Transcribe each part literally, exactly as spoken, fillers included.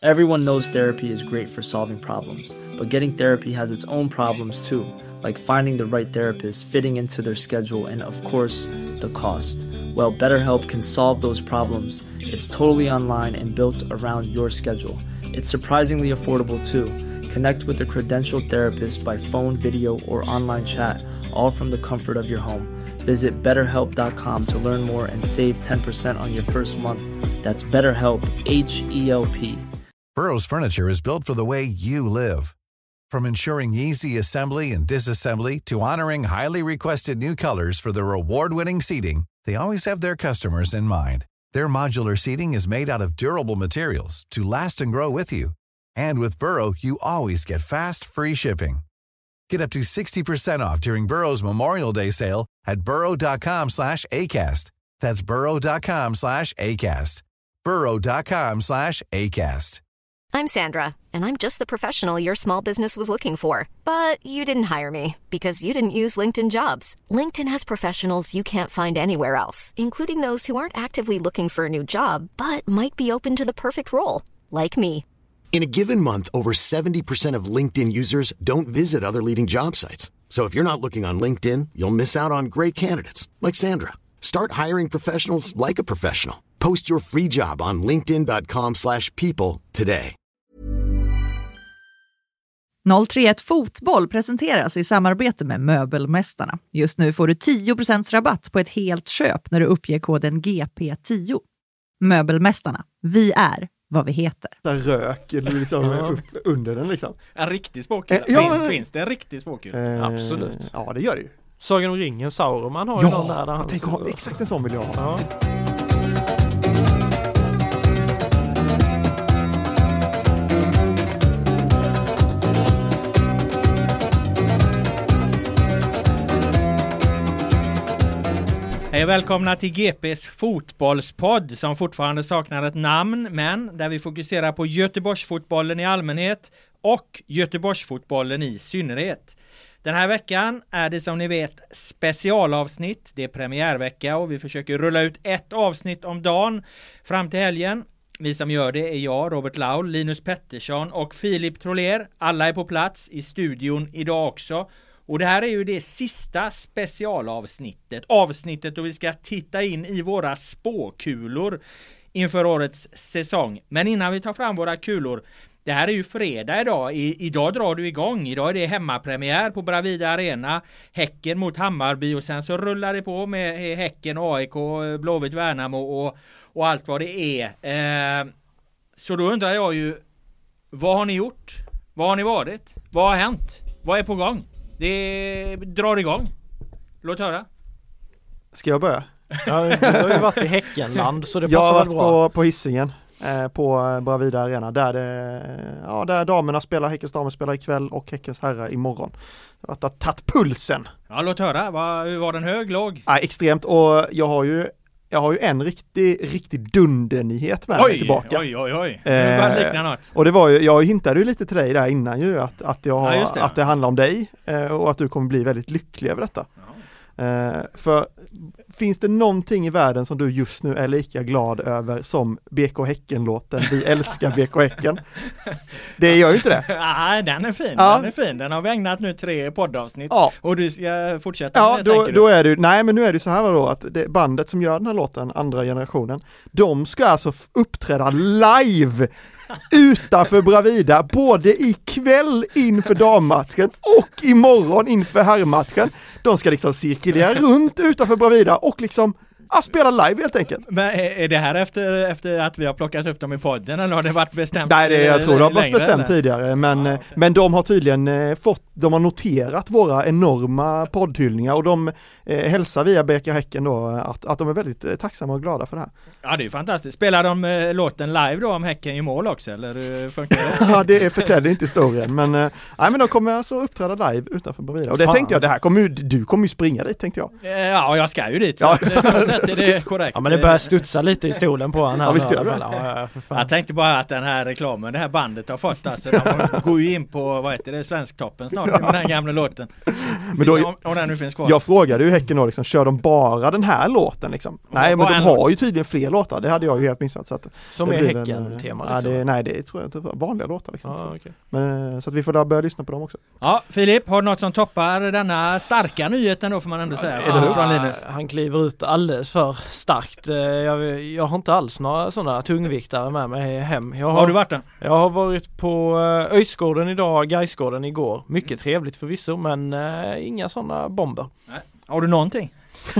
Everyone knows therapy is great for solving problems, but getting therapy has its own problems too, like finding the right therapist, fitting into their schedule, and of course, the cost. Well, BetterHelp can solve those problems. It's totally online and built around your schedule. It's surprisingly affordable too. Connect with a credentialed therapist by phone, video, or online chat, all from the comfort of your home. Visit better help dot com to learn more and save ten percent on your first month. That's BetterHelp, H E L P. Burrow's furniture is built for the way you live. From ensuring easy assembly and disassembly to honoring highly requested new colors for their award-winning seating, they always have their customers in mind. Their modular seating is made out of durable materials to last and grow with you. And with Burrow, you always get fast, free shipping. Get up to sixty percent off during Burrow's Memorial Day sale at burrow dot com slash ACAST. That's burrow dot com slash ACAST. burrow dot com slash ACAST. I'm Sandra, and I'm just the professional your small business was looking for. But you didn't hire me because you didn't use LinkedIn Jobs. LinkedIn has professionals you can't find anywhere else, including those who aren't actively looking for a new job, but might be open to the perfect role, like me. In a given month, over seventy percent of LinkedIn users don't visit other leading job sites. So if you're not looking on LinkedIn, you'll miss out on great candidates like Sandra. Start hiring professionals like a professional. Post your free job on linkedin dot com slash people today. noll tre ett Fotboll presenteras i samarbete med Möbelmästarna. Just nu får du tio procent rabatt på ett helt köp när du uppger koden G P tio. Möbelmästarna, vi är vad vi heter. Där rök liksom upp under den liksom. En riktig spåkula. Eh, ja, finns, finns det en riktig spåkula? Eh, Absolut. Ja, det gör det ju. Sagan om ringen, Sauron har ja, ju någon där. där jag tänker ha exakt en sån vill jag ha. Ja. Hej och välkomna till G P:s fotbollspodd som fortfarande saknar ett namn, men där vi fokuserar på Göteborgsfotbollen i allmänhet och Göteborgsfotbollen i synnerhet. Den här veckan är det som ni vet specialavsnitt, det är premiärvecka och vi försöker rulla ut ett avsnitt om dagen fram till helgen. Vi som gör det är jag, Robert Laul, Linus Pettersson och Filip Troller. Alla är på plats i studion idag också. Och det här är ju det sista specialavsnittet. Avsnittet då vi ska titta in i våra spåkulor inför årets säsong. Men innan vi tar fram våra kulor, det här är ju fredag idag. I, idag drar du igång. Idag är det hemmapremiär på Bravida Arena. Häcken mot Hammarby och sen så rullar det på med Häcken, A I K, Blåvitt, Värnamo och, och allt vad det är. Eh, så då undrar jag ju, vad har ni gjort? Vad har ni varit? Vad har hänt? Vad är på gång? Det drar igång. Låt höra. Ska jag börja? Ja, du har ju varit i Häckenland så det passar jag har väl varit bra. på, på Hisingen eh, på Bravida Arena där, det, ja, där damerna spelar, Häckens damer spelar ikväll och Häckens herrar imorgon. Jag har tagit pulsen. Ja, låt höra. Var, hur var den hög, låg? Ja, extremt, och jag har ju Jag har ju en riktig, riktig dundernyhet med oj, mig tillbaka. Oj, oj, oj. Nu bara likna något. Och det var ju, jag hintade ju lite till dig där innan ju att, att, jag, ja, det. att det handlar om dig eh, och att du kommer bli väldigt lycklig över detta. Eh, för finns det någonting i världen som du just nu är lika glad över som B K Häcken-låten Vi älskar B K Häcken? Det gör ju inte det. Ja, den är fin. Ja. Den är fin. Den har vi ägnat nu tre poddavsnitt. Ja. Och du ska fortsätta ja, med det, då, du? då är det, nej men nu är det så här då att det bandet som gör den här låten, andra generationen, de ska alltså uppträda live utanför Bravida både ikväll inför dammatchen och imorgon inför herrmatchen. De ska liksom cirkulera runt utanför Bravida och liksom ja, spela live helt enkelt. Men är det här efter, efter att vi har plockat upp dem i podden eller har det varit bestämt? Nej, det, jag tror det har varit längre, bestämt eller? tidigare men, Ja, okay. men de har tydligen eh, fått, de har noterat våra enorma poddhyllningar och de eh, hälsar via B K Häcken då att, att de är väldigt eh, tacksamma och glada för det här. Ja, det är fantastiskt. Spelar de eh, låten live då om Häcken i mål också eller hur funkar det? Ja, det förtäller inte historien men, eh, nej, men de kommer alltså uppträda live utanför Bravida och det Fan. tänkte jag, det här kommer ju, du kommer ju springa dit tänkte jag. Ja, jag ska ju dit. Ja. Så, så, att det är korrekt. Ja, men det börjar studsa lite i stolen på han här. Ja, visst är det. Ja, ja, för fan. Jag tänkte bara att den här reklamen, det här bandet har fått, alltså de går ju in på, vad heter det, Svensktoppen snart med den här gamla låten. Men då, om, om den nu finns kvar. jag frågade ju Häcken då, liksom, kör de bara den här låten liksom? Nej, men de har ju tydligen fler låtar, det hade jag ju helt missat. Så att Som det är blir Häcken-tema? Ja, det, nej, det tror jag inte, vanliga låtar liksom. Ja, okay. Men, så att vi får där börja lyssna på dem också. Ja, Filip, har du något som toppar denna starka nyheten då, får man ändå säga, Ja, från, från Linus? han kliver ut alldeles för starkt. Jag, jag har inte alls några sådana tungviktare med mig hem. Jag har, har du varit där? Jag har varit på Öjsgården idag, Gaisgården igår. Mycket trevligt förvisso, men äh, inga sådana bomber. Nej. Har du någonting?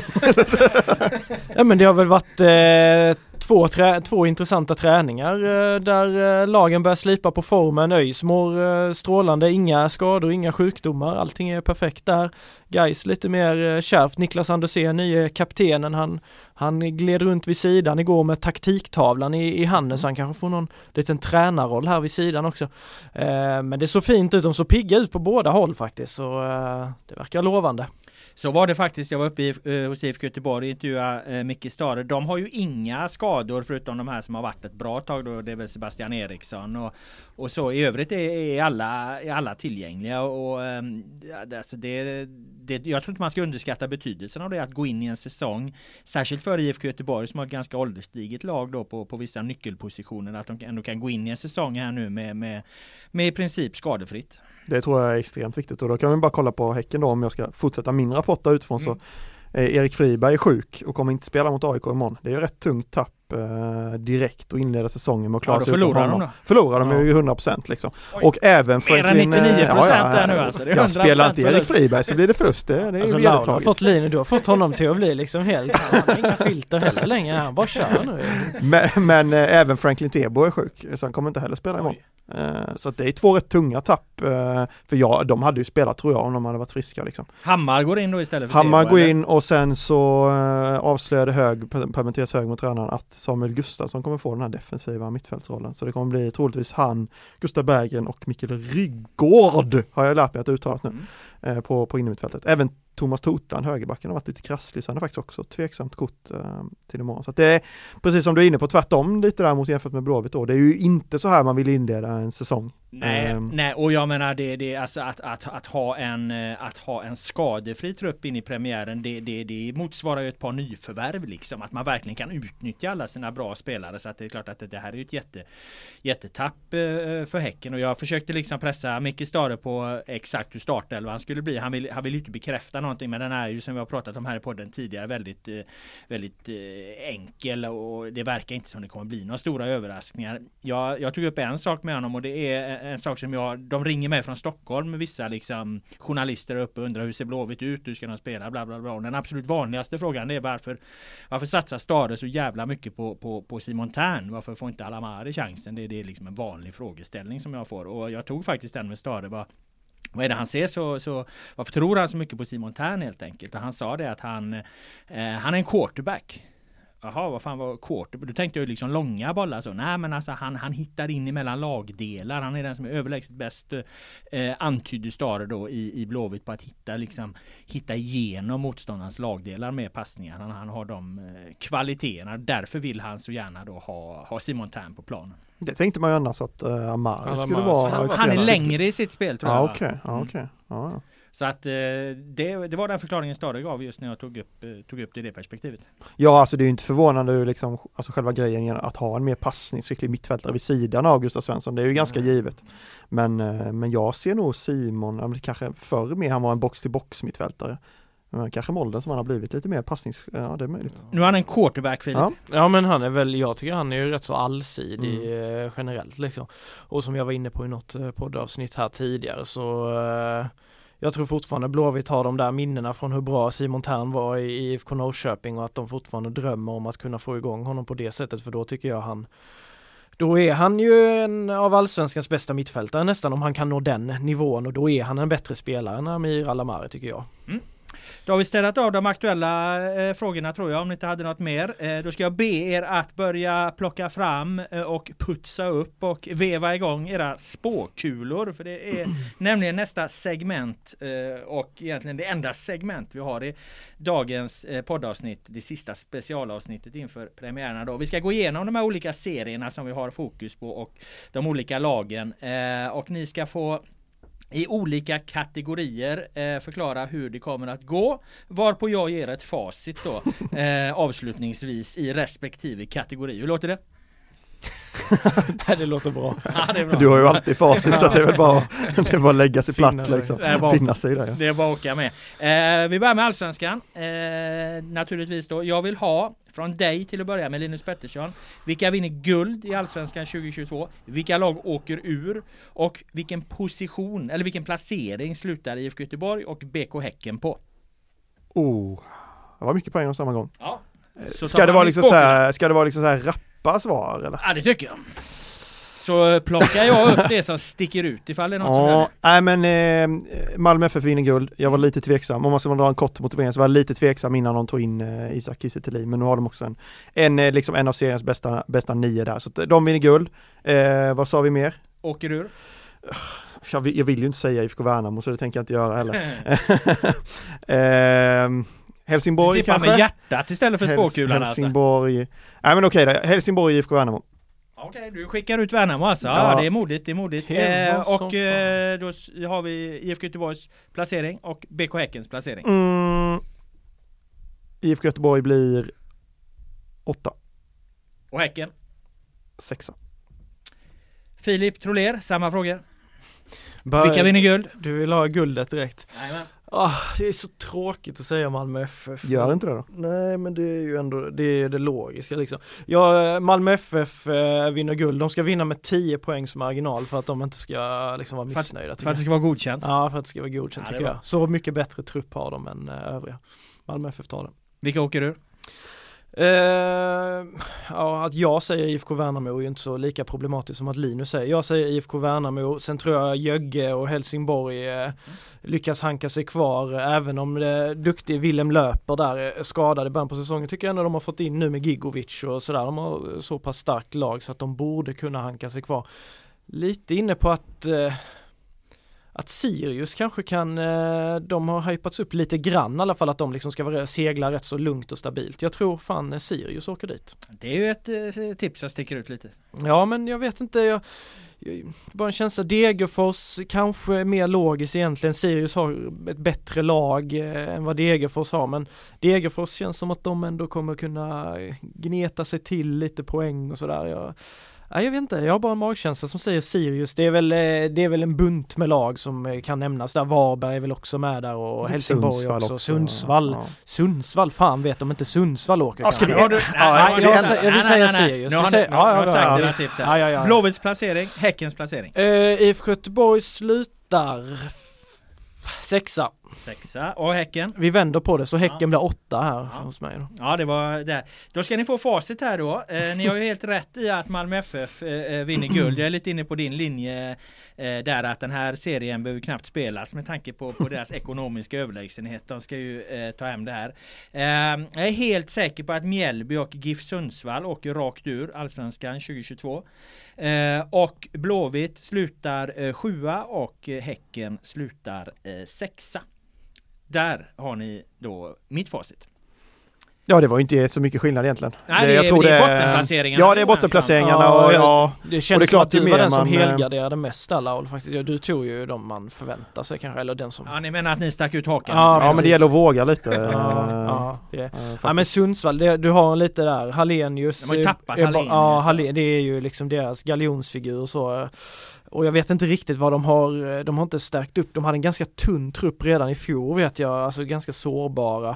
Ja, men det har väl varit eh, två, trä- två intressanta träningar eh, där eh, lagen börjar slipa på formen. Öjs mår eh, strålande, inga skador, inga sjukdomar, allting är perfekt där. Gais lite mer eh, kärvt. Niklas Andersén, nye kaptenen, han, han gled runt vid sidan igår med taktiktavlan i, i handen, så han kanske får någon liten tränarroll här vid sidan också. Eh, men det såg fint ut, de såg pigga ut på båda håll faktiskt, så eh, det verkar lovande. Så var det faktiskt, jag var uppe i, uh, hos I F K Göteborg och intervjuade uh, Micke Stare. De har ju inga skador förutom de här som har varit ett bra tag då, det är väl Sebastian Eriksson och, och så. I övrigt är, är, alla, är alla tillgängliga och um, alltså det, det, jag tror inte man ska underskatta betydelsen av det, att gå in i en säsong, särskilt för I F K Göteborg som har ett ganska ålderstiget lag då på, på vissa nyckelpositioner, att de ändå kan gå in i en säsong här nu med, med, med i princip skadefritt. Det tror jag är extremt viktigt, och då kan vi bara kolla på Häcken då, om jag ska fortsätta min rapport där utifrån. Mm. Så eh, Erik Friberg är sjuk och kommer inte spela mot A I K imorgon. Det är ju rätt tungt tapp eh, direkt och inleda säsongen med att klara ja, sig utan honom. De förlorar de ju hundra procent liksom. Oj. Och även Franklin, mer än nittionio procent ja, ja, där nu alltså. Det är jag spelar inte Erik förlust. Friberg så blir det förlust. Det, det är alltså, ju Laura har vedertaget. fått Linus, du har fått honom till att bli liksom helt, han har inga filter heller längre, han bara kör nu. Men, men eh, även Franklin Tebo är sjuk, så han kommer inte heller spela imorgon. Uh, så att det är två rätt tunga tapp, uh, för ja, de hade ju spelat tror jag om de hade varit friska liksom. Hammar går in då istället för Hammar Tebo, går eller? in och sen så uh, avslöjade Hög, permitteras Hög mot tränaren att Samuel Gustafsson kommer få den här defensiva mittfältsrollen. Så det kommer bli troligtvis han, Gustav Berggren och Mikael Ryggård har jag lärt mig att uttalas nu mm. uh, på, på innermittfältet. Även Thomas Totan, högerbacken, har varit lite krasslig, så han är faktiskt också tveksamt kort uh, till imorgon. Så att det är precis som du är inne på, tvärtom lite där mot jämfört med Blåvitt då. Det är ju inte så här man vill inleda en säsong. Nej, um, nej, och jag menar det, det alltså att, att, att ha en att ha en skadefri trupp in i premiären, det, det, det motsvarar ju ett par nyförvärv liksom, att man verkligen kan utnyttja alla sina bra spelare, så att det är klart att det, det här är ju ett jätte, jättetapp uh, för Häcken, och jag försökte liksom pressa Micke Stare på exakt hur startelvan skulle bli. Han vill, han vill ju inte bekräfta någonting, men den är ju, som vi har pratat om här i podden tidigare, väldigt, väldigt enkel, och det verkar inte som det kommer bli några stora överraskningar. Jag, jag tog upp en sak med honom, och det är en sak som jag, de ringer mig från Stockholm med vissa liksom journalister uppe och undrar hur ser Blåvitt ut, hur ska de spela, bla bla bla. Och den absolut vanligaste frågan är varför, varför satsar Stare så jävla mycket på, på, på Simon Tern? Varför får inte Alamari chansen? Det, det är liksom en vanlig frågeställning som jag får, och jag tog faktiskt den med Stare. Vad, vad är det han ser så, så varför tror han så mycket på Simon Tern helt enkelt? Och han sa det att han, eh, han är en quarterback. Jaha, vad fan var quarterback? Då tänkte jag liksom långa bollar så. Nej, men alltså han, han hittar in emellan lagdelar. Han är den som är överlägset bäst, eh, antydde Stare då i, i Blåvitt, på att hitta liksom hitta igenom motståndarens lagdelar med passningar. Han, han har de eh, kvaliteterna. Därför vill han så gärna då ha, ha Simon Tern på planen. Det tänkte man ju annars att uh, Amar Alla skulle Amar. vara. Han, han är längre i sitt spel tror ah, jag. Okej, okay. ah, okej. Okay. Ah, ja. Så att eh, det, det var den förklaringen Stare gav just när jag tog upp, eh, tog upp det i det perspektivet. Ja, alltså det är ju inte förvånande liksom, alltså själva grejen att ha en mer passningsskicklig mittfältare vid sidan av Gustav Svensson. Det är ju ganska mm. givet. Men, eh, men jag ser nog Simon, kanske förr med han var en box-till-box mittfältare. Men kanske Molden som han har blivit lite mer passnings... Ja, det är möjligt. Nu är han en quarterback, Filip. Ja. Ja, men han är väl, jag tycker han är ju rätt så allsidig Mm. eh, generellt liksom. Och som jag var inne på i något eh, poddavsnitt här tidigare, så eh, jag tror fortfarande Blåvitt har de där minnena från hur bra Simon Tern var i I F K Norrköping, och att de fortfarande drömmer om att kunna få igång honom på det sättet, för då tycker jag han Då är han ju en av allsvenskans bästa mittfältare nästan, om han kan nå den nivån, och då är han en bättre spelare än Amir Alamari tycker jag. Mm. Då har vi ställt av de aktuella eh, frågorna tror jag, om ni inte hade något mer. Eh, då ska jag be er att börja plocka fram eh, och putsa upp och veva igång era spåkulor. För det är nämligen nästa segment eh, och egentligen det enda segment vi har i dagens eh, poddavsnitt. Det sista specialavsnittet inför premiärerna då. Vi ska gå igenom de här olika serierna som vi har fokus på och de olika lagen. Eh, och ni ska få i olika kategorier eh, förklara hur det kommer att gå, varpå jag ger ett facit då eh, avslutningsvis i respektive kategori. Hur låter det? Nej, det låter bra. Ja, det är bra. Du har ju alltid facit så att det är väl bara, det är bara att lägga sig platt liksom. Det är bara, finna sig där. Ja. Det är bara att åka med. Eh, vi börjar med Allsvenskan. Eh, naturligtvis då. Jag vill ha från dig till att börja med Linus Pettersson. Vilka vinner guld i Allsvenskan tjugohundratjugotvå? Vilka lag åker ur? Och vilken position eller vilken placering slutar I F K Göteborg och B K Häcken på? Oh, det var mycket poäng om samma gång. Ja. Så ska, det vara liksom så här, ska det vara liksom så här rappa svar eller? Ja, det tycker jag. Så plockar jag upp det som sticker ut ifall det är något ja, som gör det. Nej men eh, Malmö F F vinner guld. Jag var lite tveksam. Om man ska dra en kort motivering så var jag lite tveksam innan de tog in eh, Isak Kiese Thelin. Men nu har de också en, en, eh, liksom en av seriens bästa, bästa nio där. Så att, de vinner guld. Eh, vad sa vi mer? Åker ur? Jag vill, jag vill ju inte säga I F K Värnamo så det tänker jag inte göra heller. eh, Helsingborg kanske? med hjärtat istället för spåkulan. Helsingborg. Alltså. Nej men okej då. Helsingborg I F K Värnamo. Okej, du skickar ut Värnamo alltså. Ja, ja det är modigt, det är modigt. Eh, och eh, då har vi I F K Göteborgs placering och B K Häckens placering. Mm. I F K Göteborg blir åtta. Och Häcken? Sexa. Filip Troler, samma frågor. Bör... Vilka vinner guld? Du vill ha guldet direkt. Jajamän. Oh, det är så tråkigt att säga Malmö F F. Gör inte det då? Nej, men det är ju ändå det, är det logiska liksom. Ja, Malmö F F eh, vinner guld. De ska vinna med tio poängs marginal för att de inte ska liksom vara missnöjda. För, för att det ska vara godkänt? Ja, för att det ska vara godkänt ja, tycker jag. Så mycket bättre trupp har de än äh, övriga. Malmö F F tar det. Vilka åker ur? Uh, ja, att jag säger I F K Värnamo är ju inte så lika problematiskt som att Linus säger. Jag säger I F K Värnamo, sen tror jag Jögge och Helsingborg uh, mm. lyckas hanka sig kvar, uh, även om det duktig Willem Löper där är skadad i början på säsongen. Tycker jag ändå de har fått in nu med Gigovic och sådär. De har så pass starkt lag så att de borde kunna hanka sig kvar. Lite inne på att uh, att Sirius kanske kan, de har hypats upp lite grann i alla fall, att de liksom ska vara, segla rätt så lugnt och stabilt. Jag tror fan Sirius åker dit. Det är ju ett eh, tips som sticker ut lite. Ja, men jag vet inte, jag, jag bara en känsla. Degerfors kanske är mer logiskt egentligen. Sirius har ett bättre lag eh, än vad Degerfors har, men Degerfors känns som att de ändå kommer kunna gneta sig till lite poäng och sådär. Jag Ja, jag vet inte, jag har bara en magkänsla som säger Sirius. Det är väl, det är väl en bunt med lag som kan nämnas där. Varberg är väl också med där och Helsingborg Sundsvall också. också. Sundsvall. Ja. Sundsvall, fan vet de inte Sundsvall åker. Ja, ska vi, ja, du, ja, jag, jag, jag, jag vill säga Sirius. Nu har säga, nu har ja, sagt ja, dina ja. tips Ja, ja, ja. Blåvitts placering, Häckens placering. Uh, I F K Göteborg slutar sexa. Sexa. Och Häcken? Vi vänder på det, så Häcken ja. blir åtta här ja. hos mig då. Ja, det var där. Då ska ni få facit här då. Eh, ni har ju helt rätt i att Malmö F F eh, vinner guld. Jag är lite inne på din linje eh, där, att den här serien behöver knappt spelas med tanke på, på deras ekonomiska överlägsenhet. De ska ju eh, ta hem det här. Eh, jag är helt säker på att Mjällby och GIF Sundsvall åker rakt ur Allsvenskan tjugohundratjugotvå. Eh, och Blåvitt slutar eh, sjua och eh, Häcken slutar eh, sexa. Där har ni då mitt facit. Ja, det var ju inte så mycket skillnad egentligen. Nej, det, jag är, tror det är det bottenplaceringarna. Ja, det är bottenplaceringarna. Ja, och, ja, det känns och det är klart som att du var den som man, helgarderade mest alla faktiskt. Ja, du tog ju de man förväntar sig kanske, eller den som... Ja, ni menar att ni stack ut hakan? Ja, ja men det gäller att våga lite. ja, ja, det. ja, ja, men Sundsvall, det, du har lite där. Hallenius. De har ju tappat är, Hallenius. Ja, Hallenius, det är ju liksom deras galjonsfigur och så. Och jag vet inte riktigt vad de har, de har inte stärkt upp. De hade en ganska tunn trupp redan i fjol, vet jag, alltså ganska sårbara.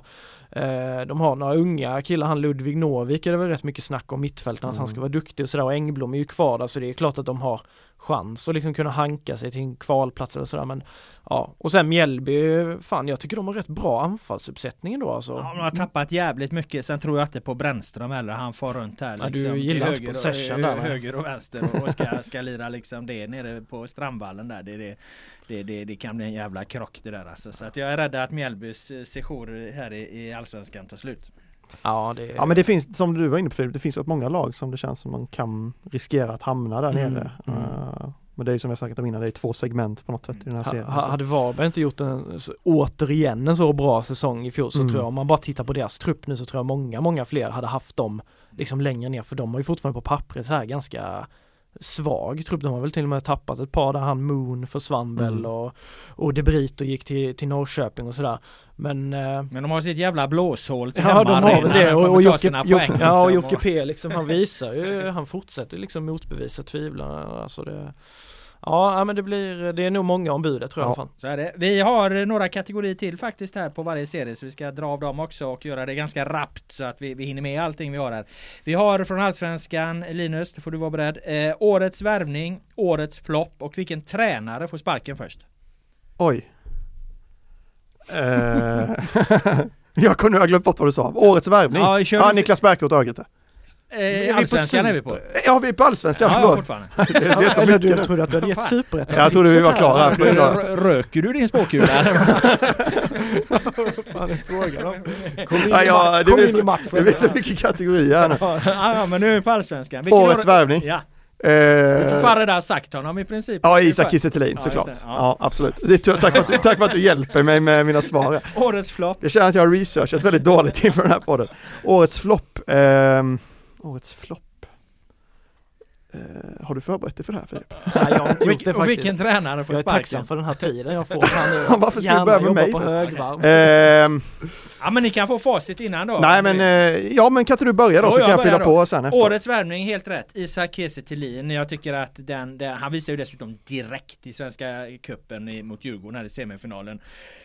De har några unga killar, han Ludvig Novik är det väl rätt mycket snack om mittfälten, att mm. han ska vara duktig och sådär, och Engblom är ju kvar där, så det är klart att de har chans att liksom kunna hanka sig till en kvalplats eller sådär, men ja, och sen Mjällby, fan jag tycker de har rätt bra anfallsuppsättning då alltså. Ja, de har tappat jävligt mycket, sen tror jag att det är på Brännström eller han får runt här liksom, ja, du gillar höger, inte possession och, där, höger och vänster och, och ska, ska lira liksom det nere på Strandvallen där, det, det, det, det, det kan bli en jävla krock det där alltså. Så att jag är rädd att Mjällbys sejour här i, i Allsvenskan tar slut. Ja, det... ja, men det finns, som du var inne på, det finns åt många lag som det känns som man kan riskera att hamna där mm, nere. Mm. Uh, men det är ju som jag sagt innan, det är två segment på något sätt i den här serien. Ha, hade Varberg inte gjort en, så, återigen en så bra säsong i fjol så mm. tror jag, om man bara tittar på deras trupp nu så tror jag många, många fler hade haft dem liksom längre ner, för de har ju fortfarande på pappret så här ganska svag trupp. De har väl till och med tappat ett par där han Moon försvann mm. väl och, och De Brito gick till, till Norrköping och sådär. Men, eh, men de har sitt jävla blåshål till ja, de har väl det. Och, och Jocke, poäng, ja, liksom. och Jocke P liksom, han visar ju, han fortsätter liksom motbevisa tvivlarna. Alltså det, ja, men det blir, det är nog många ombudet tror jag. Ja, så är det. Vi har några kategorier till faktiskt här på varje serie, så vi ska dra av dem också och göra det ganska rappt så att vi, vi hinner med allting vi har här. Vi har från Allsvenskan, Linus, då får du vara beredd. Eh, årets värvning, årets flopp och vilken tränare får sparken först? Oj. Uh, jag kunde ha glömt bort vad du sa. Årets värvning. Ja, ja Niklas Bärkroth Örgryte. Eh, Allsvenskan är vi på. Ja, vi är på Allsvenskan. Ja, ja, fortfarande. det, det är så Eller mycket du trodde att du hade gett superrätt. Jag trodde vi var klara. Röker du din spåkula? Fan, det frågar då. Kom in, ja, ja, kom det in så, i matchen. Det finns så mycket kategorier nu. Ja, men nu är vi på Allsvenskan. Vilken årets år... värvning. Ja. Eh, Farre där sagt honom i princip. Ja, Isak Kiese Thelin ja, såklart. Ja. ja, absolut. Det är, tack, för att, du, tack för att du hjälper mig med mina svar. Årets flopp. Jag känner att jag har researchat väldigt dåligt inför den här podden. Årets flopp. Eh, årets flopp. Eh, har du förberett dig för det här, Filip? Nej, jag har inte gjort det och faktiskt. Vilken tränare får jag är sparken? tacksam för den här tiden jag får. Han Varför ska du börja med mig? På högvarv. Eh, ja, men ni kan få facit innan då. Nej, men, eh, ja, men kan inte du börja då, jo, så kan jag fylla då. på sen efter. Årets värvning, helt rätt. Isak Kiese Thelin. Jag tycker att den, den, han visar ju dessutom direkt i Svenska cupen i, mot Djurgården här i semifinalen.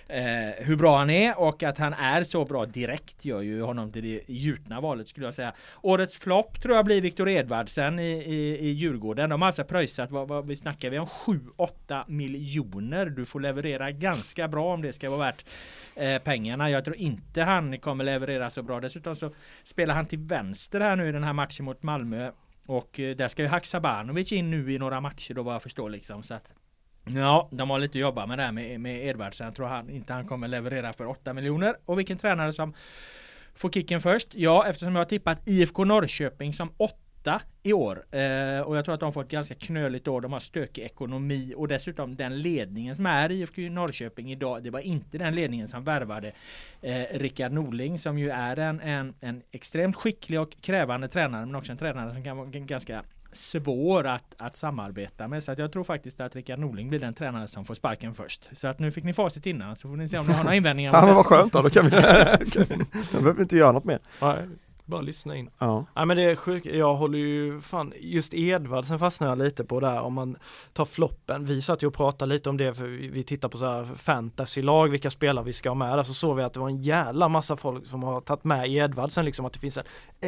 Eh, hur bra han är, och att han är så bra direkt gör ju honom till det gjutna valet, skulle jag säga. Årets flopp tror jag blir Viktor Edvardsen i, i, i Djurgården. De har alltså pröjsat, vad, vad vi snackar vi om, sju åtta miljoner. Du får leverera ganska bra om det ska vara värt eh, pengarna. Jag tror inte han kommer leverera så bra. Dessutom så spelar han till vänster här nu i den här matchen mot Malmö. Och eh, där ska ju Haksabanovic in nu i några matcher då, vad jag förstår liksom. Så att ja, de har lite att jobba med det här med, med Edvardsen. Jag tror han, inte han kommer leverera för åtta miljoner. Och vilken tränare som får kicken först? Ja, eftersom jag har tippat I F K Norrköping som åtta i år. Eh, och jag tror att de får ett ganska knöligt år. De har stökig ekonomi. Och dessutom den ledningen som är I F K Norrköping idag, det var inte den ledningen som värvade eh, Rickard Norling, som ju är en, en, en extremt skicklig och krävande tränare, men också en tränare som kan vara ganska svår att, att samarbeta med. Så att jag tror faktiskt att Rickard Norling blir den tränare som får sparken först. Så att nu fick ni facit innan, så får ni se om ni har några invändningar. Ja, men vad skönt då, då kan vi, kan vi jag behöver inte göra något mer. Nej, bara lyssna in. Ja. Nej, men det är sjukt. Jag håller ju fan, just Edvardsen fastnar jag lite på där. Om man tar floppen, vi satt ju och pratade lite om det, för vi tittar på så här fantasylag, vilka spelare vi ska ha med där, så såg vi att det var en jävla massa folk som har tagit med Edvardsen, liksom att det finns en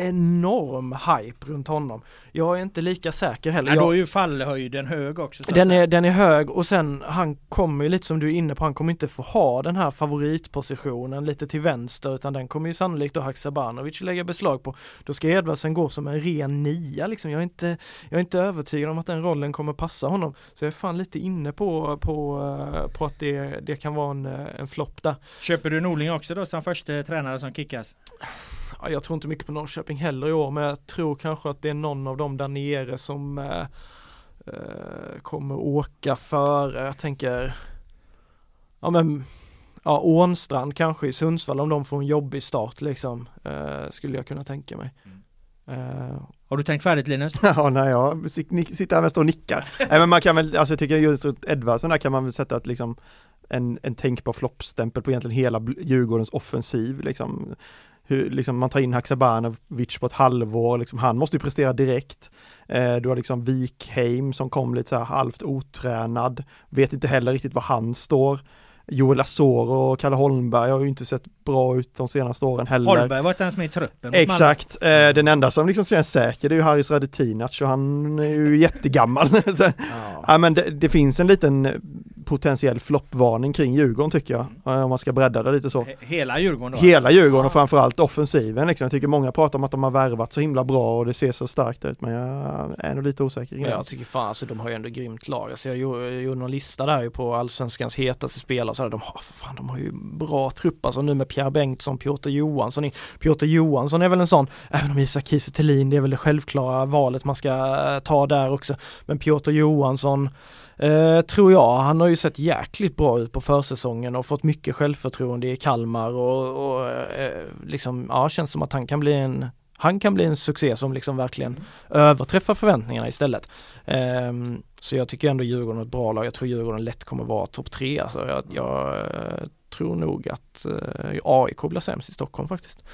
enorm hype runt honom. Jag är inte lika säker heller. Ja, jag, då är ju fallhöjden hög också. Den är, den är hög, och sen han kommer ju lite som du är inne på, han kommer inte få ha den här favoritpositionen lite till vänster, utan den kommer ju sannolikt då Haksabanovic lägga beslag på. Då ska Edvardsen gå som en ren nia liksom. Jag är inte, jag är inte övertygad om att den rollen kommer passa honom. Så jag är fan lite inne på, på, på att det, det kan vara en, en flopp där. Köper du Norling också då som första tränare som kickas? Ja, jag tror inte mycket på Norrköping heller i år, men jag tror kanske att det är någon av dem där nere som eh, eh, kommer åka före. Jag tänker ja men ja, Ånstrand kanske i Sundsvall, om de får en jobbig start liksom, eh, skulle jag kunna tänka mig. Mm. Eh. Har du tänkt färdigt, Linus? Ja, nej, jag sitter här mest och nickar. Nej, men man kan väl, alltså jag tycker just Edvardsen där kan man väl sätta ett, liksom, en, en tänkbar floppstämpel på egentligen hela Djurgårdens offensiv liksom. Hur, liksom, man tar in Haksabanovic på ett halvår, liksom, han måste ju prestera direkt. Eh, du har liksom Wikheim som kom lite så här halvt otränad, vet inte heller riktigt var han står. Joel Asor och Kalle Holmberg har ju inte sett bra ut de senaste åren heller. Holmberg var inte ens med i truppen. Exakt. Eh, den enda som liksom känns säker det är ju Haris Radetinac och han är ju jättegammal. Så, ja. Ja, men det, det finns en liten potentiell floppvarning kring Djurgården tycker jag. Om man ska bredda det lite så. Hela Djurgården då? Hela Djurgården ja. Och framförallt offensiven. Liksom. Jag tycker många pratar om att de har värvat så himla bra och det ser så starkt ut men jag är nog lite osäker. Ja, jag tycker fan, alltså, de har ju ändå grymt lag. Alltså, jag gjorde någon lista där på Allsvenskans hetaste spelare så de har, för fan, de har ju bra trupp. Alltså nu med Pierre Bengtsson, Piotr Johansson. Piotr Johansson är väl en sån, även om Isak Kiese Thelin, det är väl det självklara valet man ska ta där också. Men Piotr Johansson Eh, tror jag, han har ju sett jäkligt bra ut på försäsongen och fått mycket självförtroende i Kalmar och, och eh, liksom, ja, känns som att han kan bli en han kan bli en succé som liksom verkligen mm. överträffar förväntningarna istället. Eh, så jag tycker ändå Djurgården är ett bra lag. Jag tror Djurgården lätt kommer vara topp tre. Alltså jag, jag eh, tror nog att eh, A I K blir sämst i Stockholm faktiskt.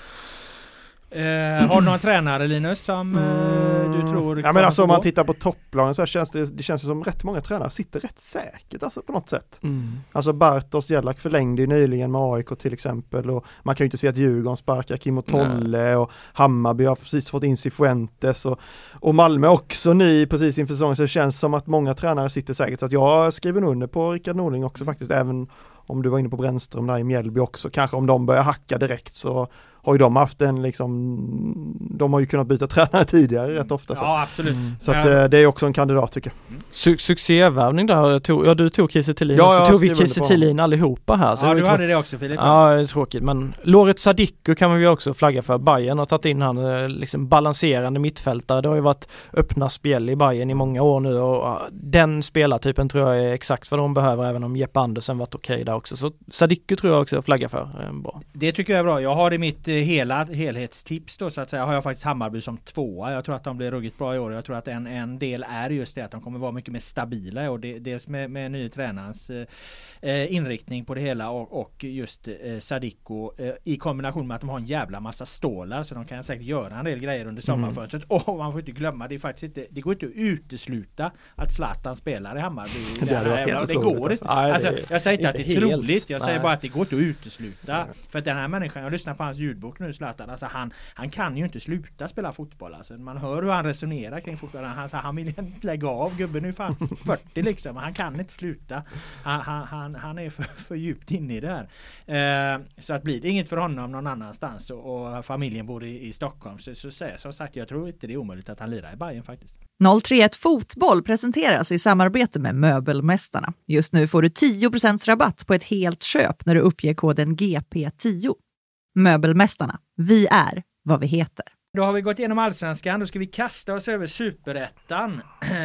Eh, har du några tränare Linus som eh, du tror ja men alltså om man tittar på topplagen så här känns det, det känns som rätt många tränare sitter rätt säkert alltså på något sätt. Mm. Alltså Bartosz Jelak förlängde ju nyligen med A I K till exempel och man kan ju inte se att Djurgården sparkar Kim och Tolle Nej. Och Hammarby har precis fått in Cifuentes och, och Malmö också ny precis inför säsongen så det känns som att många tränare sitter säkert så att jag skriver under på Rickard Norling också faktiskt även om du var inne på Brännström där i Mjällby också kanske om de börjar hacka direkt så har ju de haft en liksom, de har ju kunnat byta tränare tidigare rätt ofta. Så. Ja, absolut. Mm. Så att, ja. Det är också en kandidat tycker jag. Mm. Su- succévärvning där, tog, ja du tog Kiese Thelin, ja, så tog vi Kiese Thelin allihopa här. Så ja, du tro- hade det också Filip. Ja, det är tråkigt, men Loret Sadiko kan man ju också flagga för. Bayern har tagit in han liksom balanserande mittfältare. Det har ju varit öppna spel i Bayern i många år nu och den spelartypen tror jag är exakt vad de behöver även om Jeppe Andersen varit okej okay där också. Så Sadiko tror jag också flagga för. Bra. Det tycker jag är bra. Jag har i mitt hela helhetstips då så att säga har jag faktiskt Hammarby som tvåa. Jag tror att de blir ruggigt bra i år. Jag tror att en, en del är just det att de kommer vara mycket mer stabila i år. Det, dels med, med ny tränarens eh, inriktning på det hela och, och just eh, Sadiko eh, i kombination med att de har en jävla massa stålar så de kan säkert göra en del grejer under sommarfönstret. Mm. Och man får inte glömma, det är faktiskt inte, det går inte att utesluta att Zlatan spelar i Hammarby. Det, det, det, det går inte. Alltså, jag säger inte att det är troligt. Jag säger Nej. bara att det går inte att utesluta. Nej. För att den här människan, jag lyssnar på hans ljudbok nu Zlatan, alltså han, han kan ju inte sluta spela fotboll. Alltså, man hör hur han resonerar kring fotboll. Han, han vill inte lägga av, gubben nu fan fyrtio liksom. Han kan inte sluta. Han, han, han, han är för, för djupt inne i det här. Eh, så att blir det inget för honom någon annanstans och, och familjen bor i, i Stockholm så, så säger jag som sagt, jag tror inte det är omöjligt att han lirar i Bayern faktiskt. noll tre ett Fotboll presenteras i samarbete med Möbelmästarna. Just nu får du tio procent rabatt på ett helt köp när du uppger koden G P tio. Möbelmästarna. Vi är vad vi heter. Då har vi gått igenom Allsvenskan, då ska vi kasta oss över Superettan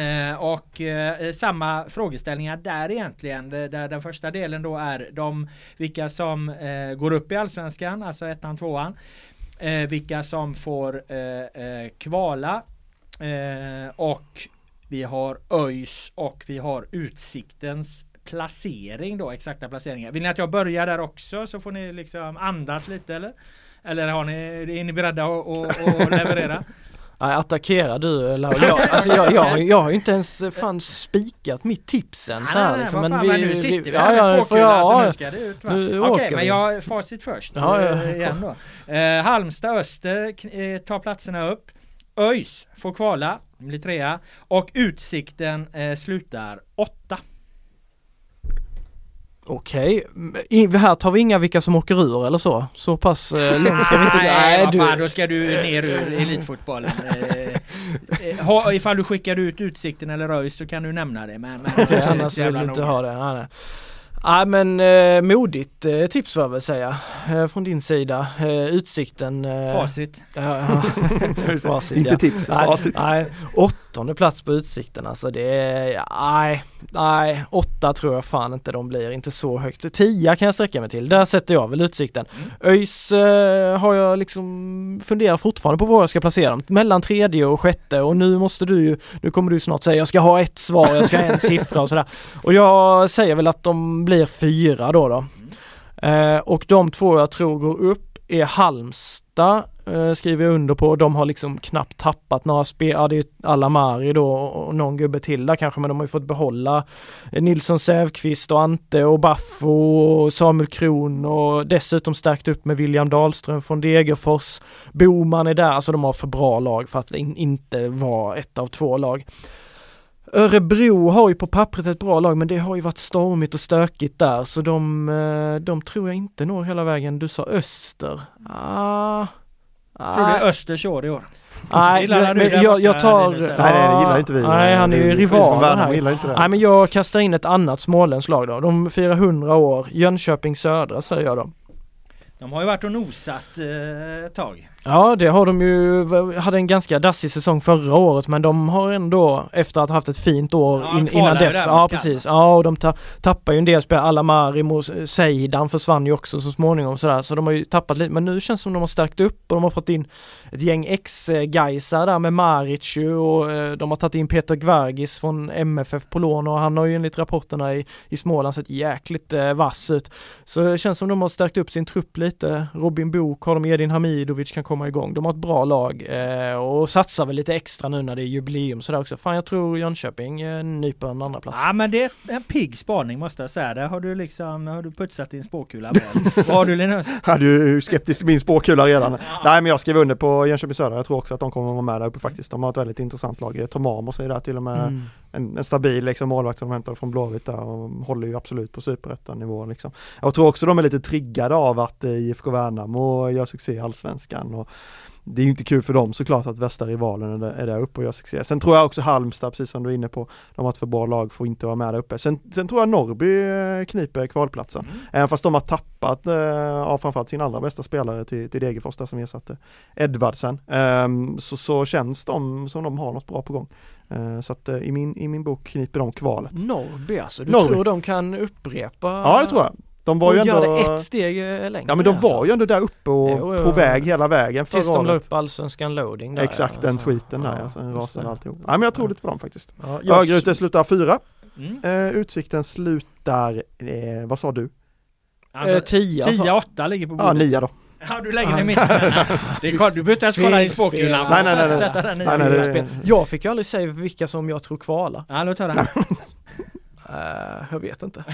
och eh, samma frågeställningar där egentligen. Där den första delen då är de vilka som eh, går upp i Allsvenskan, alltså ettan, tvåan. Eh, vilka som får eh, eh, kvala eh, och vi har ÖIS och vi har Utsiktens placering då, exakta placeringar. Vill ni att jag börjar där också så får ni liksom andas lite eller? Eller har ni, är ni beredda att, att, att leverera? Nej, attackerar du eller jag, alltså jag, jag, jag har ju inte ens fan spikat mitt tips än så här liksom, men, men vi, men nu sitter vi ja, här med spåkula ja, så nu ska det ut va? Okej, okay, men jag facit först ja, ja, ja. igen då. Eh, Halmstad Öster eh, tar platserna upp. ÖIS får kvala, blir trea och Utsikten eh, slutar åtta. Okej, okay. Här tar vi inga vilka som åker ur eller så. Så pass eh, långt ska vi inte... Nej, vad fan, då ska du ner ur elitfotbollen. eh, ha, ifall du skickar ut Utsikten eller ÖIS så kan du nämna det. Men, men okay, annars vill du inte ha det. Nej, nej. Ja, men eh, modigt eh, tips får jag väl säga eh, från din sida. Eh, Utsikten. Eh, facit. Ja, ja. facit. Inte ja. tips, facit. Nej, nej, åttonde plats på Utsikten. Alltså det är, ja, nej, nej, åtta tror jag fan inte de blir. Inte så högt. Tia kan jag sträcka mig till. Där sätter jag väl Utsikten. Mm. ÖIS eh, har jag liksom funderat fortfarande på var jag ska placera dem. Mellan tredje och sjätte. Och nu måste du ju, nu kommer du snart säga jag ska ha ett svar, jag ska ha en siffra och sådär. Och jag säger väl att de blir fyra då då. Mm. Eh, och de två jag tror går upp är Halmstad eh, skriver jag under på. De har liksom knappt tappat några spel. Ja, det är ju Alamari då och någon gubbe till där kanske, men de har ju fått behålla Nilsson Sävqvist och Ante och Baffo och Samuel Kron och dessutom stärkt upp med William Dahlström från Degerfors. Boman är där, alltså de har för bra lag för att in, inte vara ett av två lag. Örebro har ju på pappret ett bra lag, men det har ju varit stormigt och stökigt där, så de, de tror jag inte når hela vägen. Du sa Öster. Ah, tror du det är Östers år i år? Nej, men, men jag, jag tar... Nej, nej, det gillar inte vi. Nej, han är ju rival här. Gillar inte det. Nej, men jag kastar in ett annat småländsk lag då. De firar hundra år. Jönköping Södra säger jag då. De har ju varit och nosat eh, ett tag. Ja, det har de ju. Hade en ganska dassig säsong förra året, men de har ändå efter att ha haft ett fint år ja, in, innan dess. Ja, precis. Ja, och de ta, tappar ju en del spel. Alamari, Seidan försvann ju också så småningom sådär. Så de har ju tappat lite, men nu känns det som de har stärkt upp och de har fått in ett gäng ex-gaisar där med Maric och eh, de har tagit in Peter Gvargis från M F F på lån och han har ju enligt rapporterna i, i Småland sett jäkligt eh, vass ut. Så det känns som de har stärkt upp sin trupp lite. Robin Bok, har de Edin Hamidovic kan komma igång. De har ett bra lag eh, och satsar väl lite extra nu när det är jubileum sådär också. Fan, jag tror Jönköping eh, nyper en andra plats. Ja, men det är en pigg spaning måste jag säga. Där har du liksom, har du putsat din spåkula väl. Vad har du, Linus? Ja, du är ju skeptisk till min spåkula redan. Ja. Nej, men jag skrev under på Jönköping Södra. Jag tror också att de kommer att vara med där uppe faktiskt. De har ett väldigt intressant lag. Tom Amos är där till och med mm. en, en stabil liksom, målvakt som de hämtar från Blåvitt där och håller ju absolut på superettan-nivå liksom. Jag tror också de är lite triggade av att I F K Värnamo gör succé i Allsvenskan och det är ju inte kul för dem såklart att västra rivalen är där, är där uppe och gör succé. Sen tror jag också Halmstad, precis som du är inne på, de har ett för bra lag för att inte vara med där uppe. Sen, sen tror jag Norrby kniper kvalplatsen. Mm. Även fast de har tappat eh, av framförallt sin allra bästa spelare till, till Degerfors där som ersatte Edvardsen. Um, så, så känns de som de har något bra på gång. Uh, så att uh, i, min, i min bok kniper de kvalet. Norrby alltså? Du Norrby. tror de kan upprepa? Ja, det tror jag. De var och ju ändå gör det ett steg längre. Ja, men de var ju ändå där uppe och jo, jo, på väg hela vägen tills de la upp Allsvenskan loading där. Exakt, ja, den så. tweeten där, ja, ja, sen rasade alltihop. Ja, men jag tror ja. lite på dem faktiskt. Ja, Örgryte slutar fyra. Mm. Uh, Utsikten slutar, eh, vad sa du? Alltså, tio tio åtta ligger på bordet. Ja, nio då. Ja, du lägger den i mitten. Det är, du behöver inte ens kolla i spåkulan. Nej, nej, nej. nej. Sätta den i nej, nej, nej, nej. Jag fick ju aldrig säga vilka som jag tror kvalar. Ja, låt höra. Uh, jag vet inte.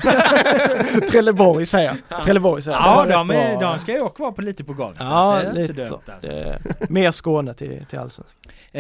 Trelleborg säger jag. Trelleborg säger ja, de, är, de ska ju också vara på lite på gång. Ja, så lite så. Alltså. Det mer Skåne till, till Allsvenskan.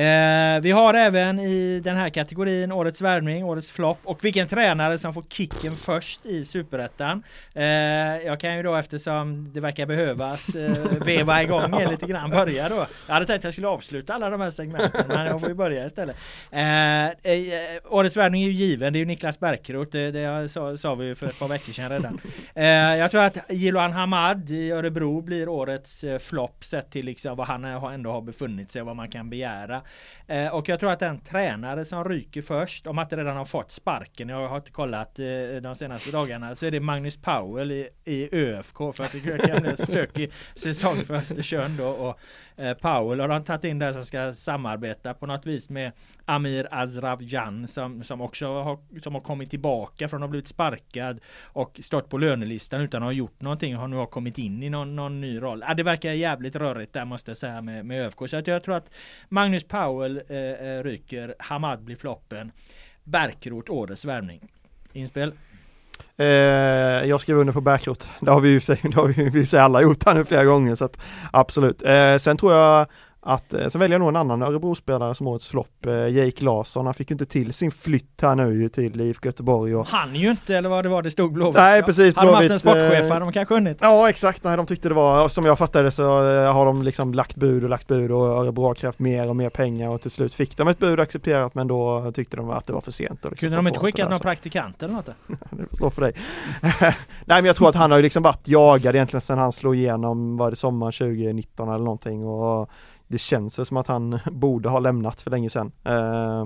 Eh, vi har även i den här kategorin årets värvning, årets flopp och vilken tränare som får kicken först i Superettan. Eh, jag kan ju då, eftersom det verkar behövas, eh, veva igång er lite grann, börja då. Jag hade tänkt att jag skulle avsluta alla de här segmenten, men jag får ju börja istället. Eh, eh, årets värvning är ju given, det är ju Niklas Bärkroth, det, det sa, sa vi ju för ett par veckor sedan redan. Eh, jag tror att Jiloan Hamad i Örebro blir årets eh, flopp sett till liksom vad han ändå har befunnit sig och vad man kan begära. Eh, och jag tror att den tränare som ryker först, om att redan har fått sparken, jag har inte kollat eh, de senaste dagarna, så är det Magnus Powell i, i ÖFK, för att det kan bli en stökig säsong för Östersund då, och eh, Powell har de tagit in där som ska samarbeta på något vis med Amir Azravjan som, som också har, som har kommit tillbaka från att ha blivit sparkad och stått på lönelistan utan att ha gjort någonting och har nu har kommit in i någon, någon ny roll. Ja, det verkar jävligt rörigt där, måste jag säga, med, med ÖFK. Så att jag tror att Magnus Powell eh, ryker, Hamad blir floppen, Bärkroth årets värvning. Inspel? Eh, jag skrev under på Bärkroth. Det har vi ju det har vi, vi säger alla gjort här nu flera gånger, så att absolut. Eh, sen tror jag att, sen väljer jag nog en annan Örebro-spelare som årets flopp, eh, Jake Larsson. Han fick ju inte till sin flytt här nu till I F K Göteborg. Och... Han ju inte, eller vad det var, det stod Blåvitt. Nej, precis. Hade de haft en Blåvitt, sportchef, eh... hade de kanske hunnit. Ja, exakt. Nej, de tyckte det var, som jag fattade så eh, har de liksom lagt bud och lagt bud och Örebro har krävt mer och mer pengar och till slut fick de ett bud accepterat, men då tyckte de att det var för sent. Och liksom kunde de inte skicka någon praktikant eller något? Det slår för dig. Nej, men jag tror att han har ju liksom varit jagad egentligen sedan han slog igenom, var det sommar tjugo nitton eller någonting, och det känns som att han borde ha lämnat för länge sedan. Uh,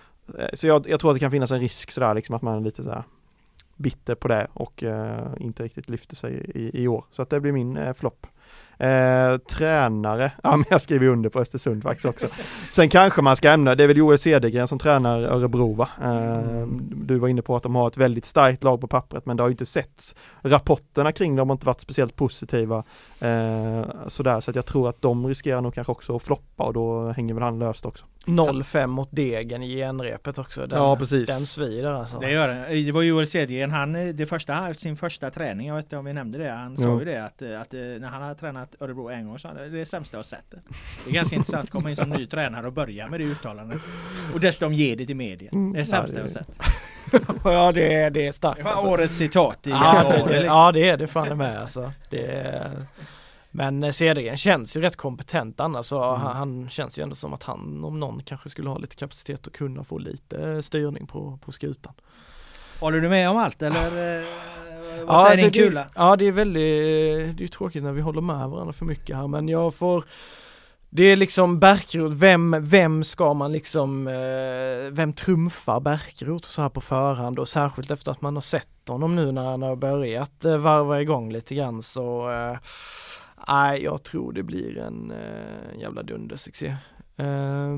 så jag, jag tror att det kan finnas en risk sådär, liksom att man är lite sådär bitter på det och uh, inte riktigt lyfter sig i, i år. Så att det blir min uh, flopp. Eh, tränare, ja men jag skriver under på Östersund faktiskt också. Sen kanske man ska ämna, det är väl Joel Cedergren som tränar Örebro va? Eh, du var inne på att de har ett väldigt starkt lag på pappret, men det har ju inte setts. Rapporterna kring dem har inte varit speciellt positiva. Eh, sådär, så att jag tror att de riskerar nog kanske också att floppa, och då hänger väl han löst också. noll fem mot Degen i genrepet också. Den, ja, precis. Den svider alltså. Det gör det. Det var Joel Cedergren, han, det första, sin första träning, jag vet inte om vi nämnde det, han sa jo. ju det att, att när han har tränat Örebro en gång så det är det sämsta jag har sett det. Det är ganska intressant att komma in som ny tränare och börja med det uttalandet. Och dessutom ge det till media. Det är det sämsta jag har sett. Ja, det är, det är starkt. Det var alltså. Årets citat i ja, januari, det, det, liksom. ja, det är det fan med alltså. Det är, men Cedergren känns ju rätt kompetent annars, så mm. han, han känns ju ändå som att han om någon kanske skulle ha lite kapacitet att kunna få lite styrning på, på skutan. Håller du med om allt eller vad ja, säger alltså din kula? Det, ja, det är väldigt, det är ju tråkigt när vi håller med varandra för mycket här, men jag får, det är liksom Bärkroth, vem, vem ska man liksom, eh, vem trumfar Bärkroth så här på förhand, och särskilt efter att man har sett honom nu när han har börjat eh, varva igång lite grann, så eh, nej, jag tror det blir en eh, jävla dundersuccé. Eh,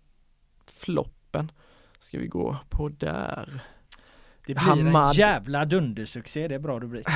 floppen ska vi gå på där. Det blir Hamad. En jävla dundersuccé, det är bra rubrik.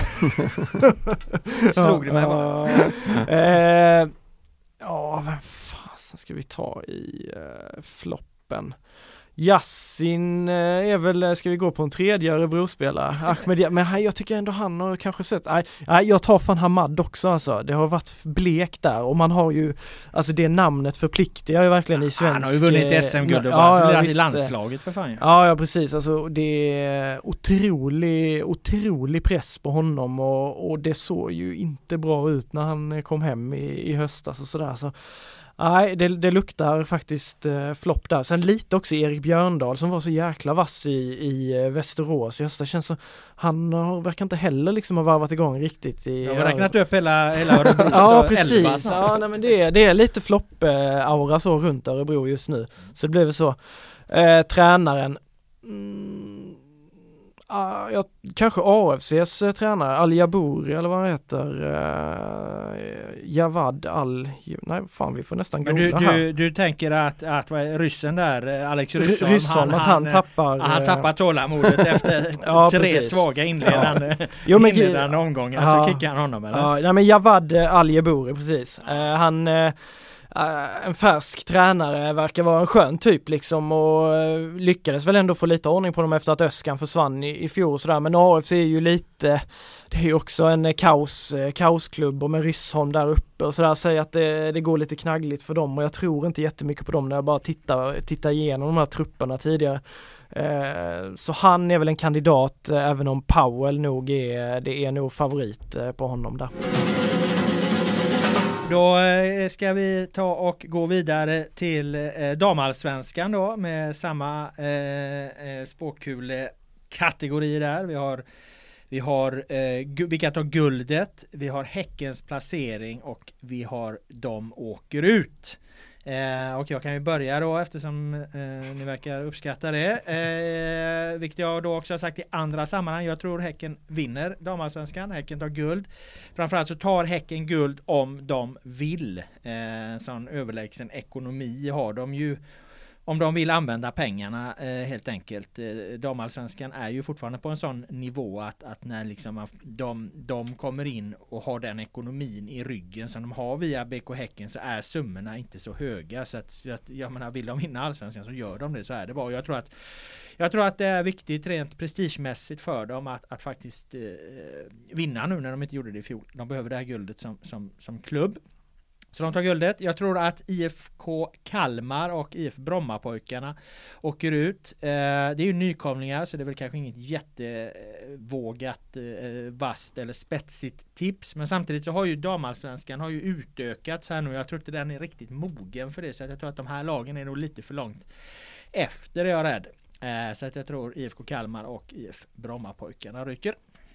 Slog det mig bara. eh, ja, vem fasen ska vi ta i eh, floppen? Yassin eh, är väl, ska vi gå på en tredje Örebro-spelare? Ahmed, men här, jag tycker ändå han har kanske sett, nej, nej jag tar fan Hamad också alltså, det har varit blek där, och man har ju, alltså det namnet förpliktigar ju verkligen i svensk. Han har ju vunnit S M-guld och ja, bara ja, i landslaget för fan. Ja, ja precis, alltså det är otrolig, otrolig press på honom, och, och det såg ju inte bra ut när han kom hem i, i höstas och sådär, så nej, det, det luktar faktiskt eh, flopp där. Sen lite också Erik Björndal som var så jäkla vass i, i Västerås just det känns så, han har, verkar inte heller liksom ha varvat igång riktigt i, jag har räknat upp hela, hela Örebro. Ja, precis. Ja, nej, men det, är, det är lite flopp-aura så runt Örebro just nu. Så det blev väl så. Eh, tränaren mm, Uh, jag, kanske A F C:s uh, tränare Al Jabouri eller vad han heter uh, Javad Al nej fan vi får nästan men googla du, här. Du, du tänker att, att vad är ryssen där Alex Ryssholm, Ryssholm han, att han, han tappar uh, han tappar tålamodet efter ja, tre precis. svaga inledande, ja. jo, men, inledande omgångar ja, så kickar han honom eller? Ja, nej, men Javad Al Jabouri precis uh, han uh, Uh, en färsk tränare, verkar vara en skön typ liksom, och uh, lyckades väl ändå få lite ordning på dem efter att Öskan försvann i, i fjol och sådär, men A F C är ju lite, det är ju också en uh, kaos, uh, kaosklubb, och med Ryssholm där uppe och sådär, säger att det, det går lite knaggligt för dem, och jag tror inte jättemycket på dem när jag bara tittar, tittar igenom de här trupperna tidigare. Uh, så han är väl en kandidat, uh, även om Powell nog är, det är nog favorit uh, på honom där. Då ska vi ta och gå vidare till eh, damallsvenskan då med samma eh, spåkule-kategori där. Vi har, vi har eh, vi kan ta guldet, vi har Häckens placering och vi har de åker ut. Eh, och jag kan ju börja då eftersom eh, ni verkar uppskatta det. Eh, vilket jag då också har sagt i andra sammanhang. Jag tror Häcken vinner damallsvenskan. Häcken tar guld. Framförallt så tar Häcken guld om de vill. Eh, sån överlägsen ekonomi har de ju. Om de vill använda pengarna eh, helt enkelt. Eh, damallsvenskan är ju fortfarande på en sån nivå att, att när liksom de, de kommer in och har den ekonomin i ryggen som de har via B K Häcken, så är summorna inte så höga. Så att, så att jag menar, vill de vinna allsvenskan så gör de det, så är det bara. Jag tror att, jag tror att det är viktigt rent prestigemässigt för dem att, att faktiskt eh, vinna nu när de inte gjorde det i fjol. De behöver det här guldet som, som, som klubb. Så de tar guldet. Jag tror att I F K Kalmar och I F Brommapojkarna åker ut. Eh, det är ju nykomlingar, så det är väl kanske inget jättevågat, eh, vast eller spetsigt tips. Men samtidigt så har ju damallsvenskan har ju utökats här nu. Jag tror inte den är riktigt mogen för det. Så jag tror att de här lagen är nog lite för långt efter, är jag rädd. Eh, så att jag tror I F K Kalmar och I F Brommapojkarna ryker.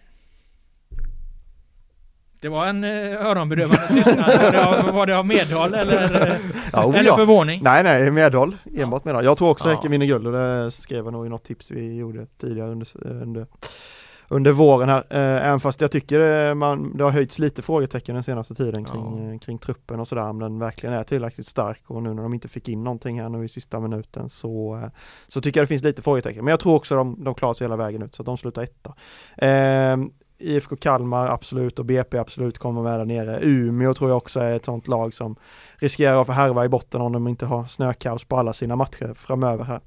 Det var en eh, öronbedövande tystnad. Var det av, var det av medhåll eller, ja, eller ja. förvåning? Nej, nej, medhåll. Enbart ja. medhåll. Jag tror också ja. Häcken vinner guld, och det skrev jag nog i något tips vi gjorde tidigare under, under, under våren här. Eh, även fast jag tycker man, det har höjts lite frågetecken den senaste tiden kring, ja. kring truppen och sådär. Om den verkligen är tillräckligt stark, och nu när de inte fick in någonting här nu i sista minuten så, så tycker jag det finns lite frågetecken. Men jag tror också de, de klarar sig hela vägen ut så att de slutar etta. Eh, I F K Kalmar absolut, och B P absolut kommer med där nere. Umeå tror jag också är ett sånt lag som riskerar att få härva i botten om de inte har snökaos på alla sina matcher framöver här.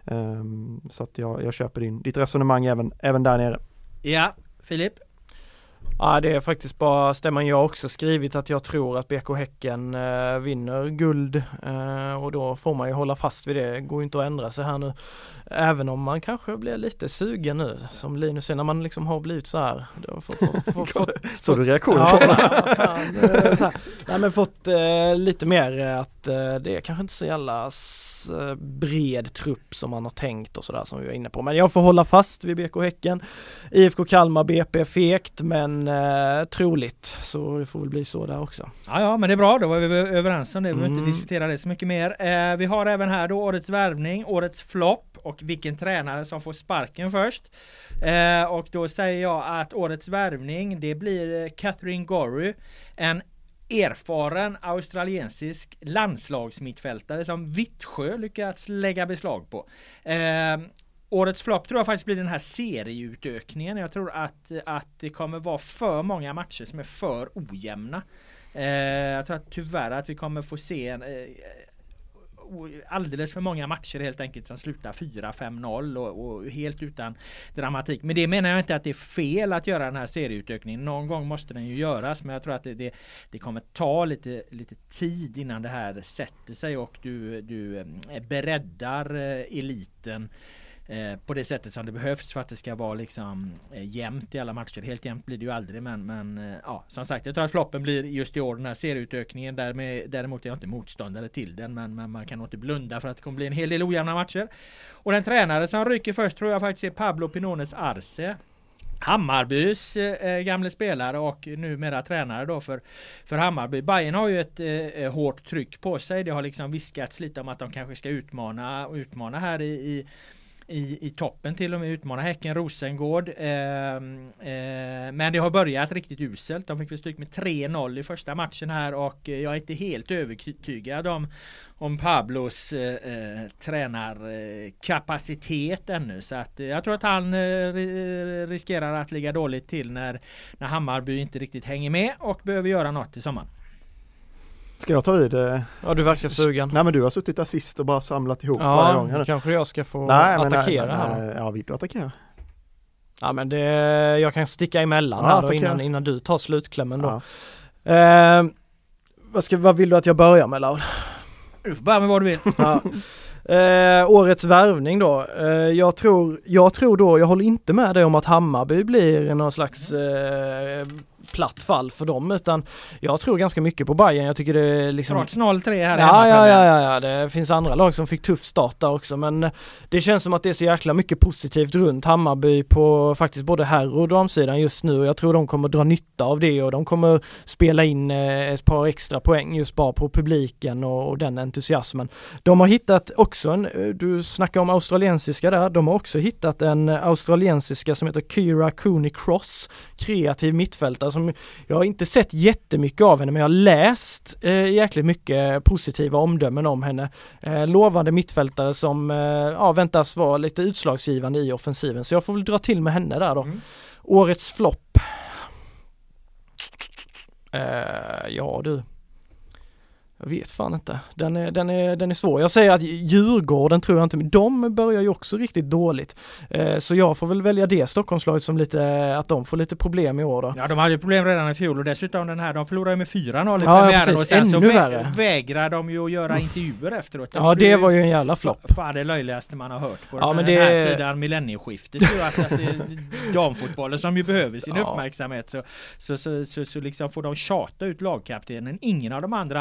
Um, så att jag, jag köper din, ditt resonemang även, även där nere. Ja, Filip? Ja, det är faktiskt bara stämman. Jag har också skrivit att jag tror att B K Häcken eh, vinner guld eh, och då får man ju hålla fast vid det. Det går ju inte att ändra sig här nu. Även om man kanske blir lite sugen nu, som Linus säger, när man liksom har blivit så här. Då får, får, får, får, så du reaktioner ja, på fan, fan, eh, så här. Nej, men fått eh, lite mer att eh, det är kanske inte så jävla s- bred trupp som man har tänkt och sådär som vi var inne på. Men jag får hålla fast vid B K Häcken. I F K Kalmar, B P fekt, men eh, troligt. Så det får väl bli så där också. Ja, ja, men det är bra. Då var vi överens om det. Vi behöver Mm. inte diskutera det så mycket mer. Eh, vi har även här då årets värvning, årets flopp och vilken tränare som får sparken först. Eh, och då säger jag att årets värvning, det blir Catherine Gorry, en erfaren australiensisk landslagsmittfältare som Vittsjö lyckats lägga beslag på. Eh, Årets flopp tror jag faktiskt blir den här serieutökningen. Jag tror att, att det kommer vara för många matcher som är för ojämna. Eh, jag tror att tyvärr att vi kommer få se en, eh, alldeles för många matcher helt enkelt som slutar fyra fem noll och, och helt utan dramatik. Men det menar jag inte att det är fel att göra den här serieutökningen. Någon gång måste den ju göras, men jag tror att det, det, det kommer ta lite, lite tid innan det här sätter sig och du, du beräddar eliten på det sättet som det behövs för att det ska vara liksom jämnt i alla matcher. Helt jämnt blir det ju aldrig, men, men ja, som sagt, jag tror att floppen blir just i år den här serieutökningen. Därmed, däremot är jag inte motståndare till den, men, men man kan nog inte blunda för att det kommer bli en hel del ojämna matcher. Och den tränare som ryker först tror jag faktiskt är Pablo Pinones Arce. Hammarbys eh, gamla spelare och numera tränare då för, för Hammarby. Bayern har ju ett eh, hårt tryck på sig. Det har liksom viskats lite om att de kanske ska utmana, utmana här i, i I, i toppen till och med, utmana Häcken, Rosengård. Eh, eh, men det har börjat riktigt uselt. De fick väl stryk med tre noll i första matchen här och jag är inte helt övertygad om, om Pablos eh, tränarkapacitet ännu. Så att, eh, jag tror att han eh, riskerar att ligga dåligt till när, när Hammarby inte riktigt hänger med och behöver göra något i sommar. Ska jag ta vid det? Ja, du verkar sugen. Nej, men du har suttit där sist och bara samlat ihop ja, varje gång. Ja, kanske jag ska få nej, attackera nej, här. nej, ja, vill du attackera? Ja, men det, jag kan sticka emellan ja, här då innan, innan du tar slutklämmen då. Ja. Eh, vad, ska, vad vill du att jag börjar med, Laud? Du får börja med vad du vill. Ja. Eh, årets värvning då. Eh, jag, tror, jag tror då, jag håller inte med dig om att Hammarby blir någon slags eh, platt fall för dem, utan jag tror ganska mycket på Bayern. Jag tycker det är liksom... Trots noll tre här ja, ja, ja, ja, ja, det finns andra lag som fick tuff start där också, men det känns som att det är så jäkla mycket positivt runt Hammarby på faktiskt både herr- och damsidan just nu, och jag tror de kommer dra nytta av det och de kommer spela in eh, ett par extra poäng just bara på publiken och, och den entusiasmen. De har hittat också en, du snackar om australiensiska där, de har också hittat en australiensiska som heter Kyra Cooney Cross, kreativ mittfältare som jag har inte sett jättemycket av henne, men jag har läst eh, jäkligt mycket positiva omdömen om henne. Eh, lovande mittfältare som eh, ja, väntas vara lite utslagsgivande i offensiven, så jag får väl dra till med henne där då. Mm. Årets flopp. Eh, ja du. Jag vet fan inte. Den är, den är, den är svår. Jag säger att Djurgården tror jag inte, men de börjar ju också riktigt dåligt. Eh, så jag får väl välja det Stockholmslaget som lite, att de får lite problem i år då. Ja, de hade ju problem redan i fjol och dessutom den här, de förlorade med fyra noll i ja, premiären och sen ännu så vä- värre. vägrar de ju att göra intervjuer efteråt. Ja, det var ju en jävla flopp. Fan, det löjligaste man har hört på ja, den, men den det... här sidan millennieskiftet. Ju att, att det är damfotbollen som ju behöver sin ja. uppmärksamhet så, så, så, så, så liksom får de tjata ut lagkaptenen. Ingen av de andra spelarna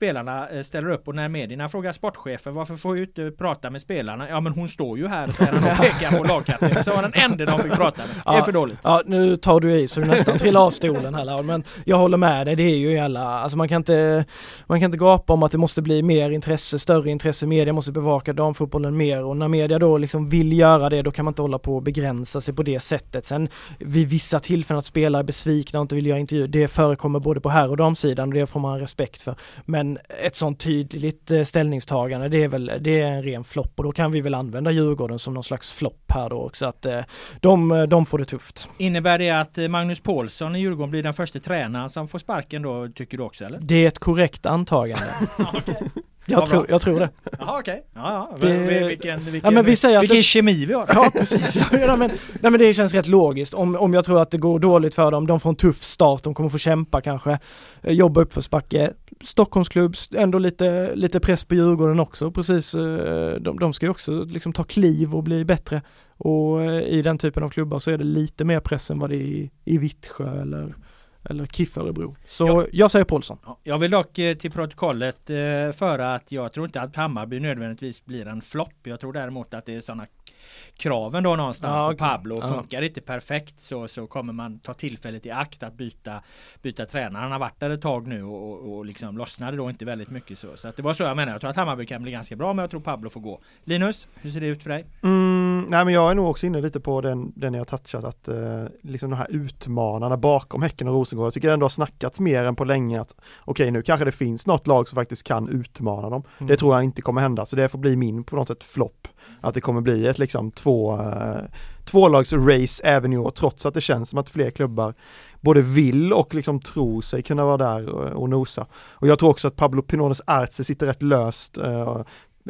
spelarna eh, ställer upp och när medierna frågar sportchefen varför får ju inte prata med spelarna? Ja men hon står ju här, så han pekar på lagkaptenen, så var den enda de fick prata med. Det är ja, för dåligt. Ja, nu tar du i så du nästan trillar av stolen här, men jag håller med dig, det är ju alla, alltså man kan inte man kan inte gapa om att det måste bli mer intresse, större intresse, media måste bevaka damfotbollen mer, och när media då liksom vill göra det, då kan man inte hålla på och begränsa sig på det sättet. Sen vid vissa tillfällen att spelare är besvikna och inte vill göra intervju, det förekommer både på här och damsidan och det får man respekt för. Men ett sånt tydligt ställningstagande, det är väl det är en ren flopp, och då kan vi väl använda Djurgården som någon slags flopp här då också, att de, de får det tufft. Innebär det att Magnus Paulsson i Djurgården blir den första tränaren som får sparken då, tycker du också, eller? Det är ett korrekt antagande. Okay. Jag, tror, jag tror det. Jaha, okej. Okay. Ja, ja. Det... Vilken, vilken, ja, men vi säger vilken det... kemi vi har. Ja, precis. ja, men, nej, men det känns rätt logiskt. Om, om jag tror att det går dåligt för dem, de får en tuff start, de kommer få kämpa kanske, jobba upp för spacke. Stockholmsklubb, ändå lite, lite press på Djurgården också. Precis, de, de ska ju också liksom ta kliv och bli bättre. Och i den typen av klubbar så är det lite mer press än vad det är i, i Vittsjö eller... eller K I F Örebro. Så ja. Jag säger Paulsson. Jag vill dock eh, till protokollet eh, föra att jag tror inte att Hammarby nödvändigtvis blir en flopp. Jag tror däremot att det är sådana kraven då någonstans ja, på Pablo. Ja. Funkar det inte perfekt så, så kommer man ta tillfället i akt att byta, byta tränare. Han har varit där ett tag nu och, och, och liksom lossnade då inte väldigt mycket så. Så att det var så jag menar. Jag tror att Hammarby kan bli ganska bra, men jag tror Pablo får gå. Linus, hur ser det ut för dig? Mm, nej men jag är nog också inne lite på den, den jag har touchat, att eh, liksom de här utmanarna bakom Häcken och Rosengård. Jag tycker det ändå har snackats mer än på länge att okej, okay, nu kanske det finns något lag som faktiskt kan utmana dem. Mm. Det tror jag inte kommer hända, så det får bli min på något sätt flopp. Att det kommer bli ett liksom två, eh, tvålags race även i år, trots att det känns som att fler klubbar både vill och liksom tror sig kunna vara där och, och nosa. Och jag tror också att Pablo Pinones Arce sitter rätt löst eh,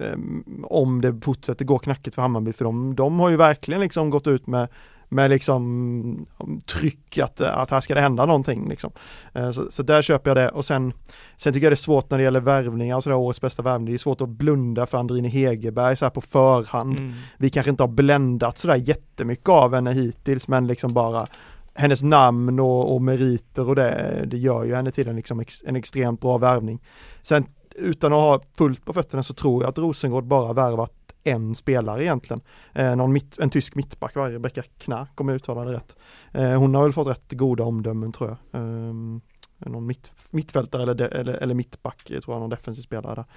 om det fortsätter gå knackigt för Hammarby, för de, de har ju verkligen liksom gått ut med med liksom tryck att, att här ska det hända någonting liksom. Så, så där köper jag det. Och sen, sen tycker jag det är svårt när det gäller värvningar, alltså det är årets bästa värvning. Det är svårt att blunda för Andrine Hegerberg så här på förhand. Mm. Vi kanske inte har bländat så där jättemycket av henne hittills, men liksom bara hennes namn och, och meriter och det, det gör ju henne till en, liksom ex, en extremt bra värvning. Sen utan att ha fullt på fötterna så tror jag att Rosengård bara värvat en spelare egentligen. Eh, någon mitt, en tysk mittback, Rebecka Knack, kommer jag uttala det rätt. Eh, hon har väl fått rätt goda omdömen tror jag. Eh, någon mitt, mittfältare eller, de, eller, eller mittback, jag tror jag, någon defensiv spelare där.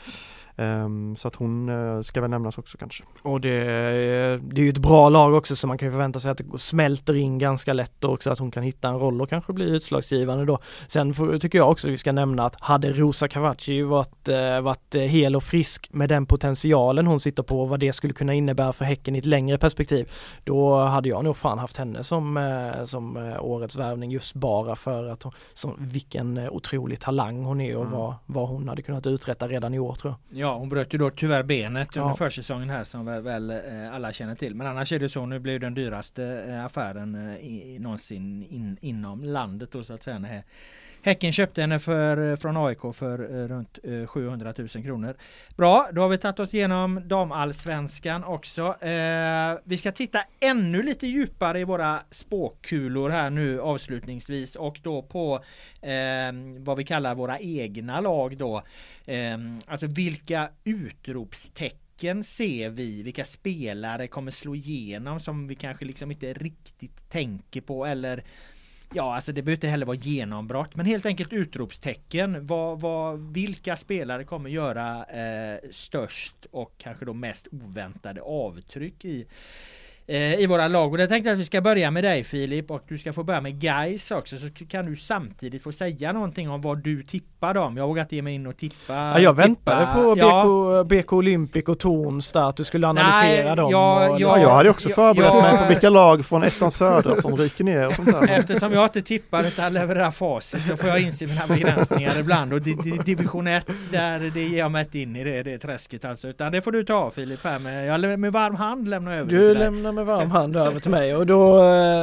Um, så att hon uh, ska väl nämnas också kanske. Och det, det är ju ett bra lag också, så man kan ju förvänta sig att det smälter in ganska lätt också, att hon kan hitta en roll och kanske bli utslagsgivande då. Sen för, tycker jag också att vi ska nämna att hade Rosa Cavacci varit, uh, varit uh, hel och frisk med den potentialen hon sitter på, vad det skulle kunna innebära för Häcken i ett längre perspektiv, då hade jag nog fan haft henne som, uh, som uh, årets värvning, just bara för att hon, som, vilken uh, otrolig talang hon är och mm. vad, vad hon hade kunnat uträtta redan i år tror jag. Ja, hon bröt ju då tyvärr benet ja. under försäsongen här som väl, väl eh, alla känner till. Men annars är det så, nu blev den dyraste eh, affären eh, i, någonsin in, inom landet då så att säga. När Häcken köpte henne för, från A I K för eh, runt eh, sjuhundratusen kronor. Bra, då har vi tagit oss igenom damallsvenskan också. Eh, vi ska titta ännu lite djupare i våra spåkulor här nu avslutningsvis och då på eh, vad vi kallar våra egna lag då. Eh, alltså vilka utropstecken ser vi, vilka spelare kommer slå igenom som vi kanske liksom inte riktigt tänker på, eller ja, alltså det behöver inte heller vara genombrott, men helt enkelt utropstecken. Vad, vad, vilka spelare kommer göra eh, störst och kanske då mest oväntade avtryck i eh, i våra lag. Och jag tänkte att vi ska börja med dig Filip, och du ska få börja med Gais också, så kan du samtidigt få säga någonting om vad du tippar dem. Jag vågar inte ge mig in och tippa. Ja, jag tippa. väntade på ja. B K Olympic och Torns där, att du skulle analysera Nej, dem. Jag, och, ja, jag hade också förberett jag, mig på vilka lag från ettan södra som ryker ner och sånt där. Eftersom jag inte tippar utan levererar facit så får jag inse mina begränsningar ibland, och di, di, division ett där det ger jag mig inte in i det, det är träsket alltså, utan det får du ta Filip här med, jag med varm hand lämnar över du lämnar med varm hand över till mig, och då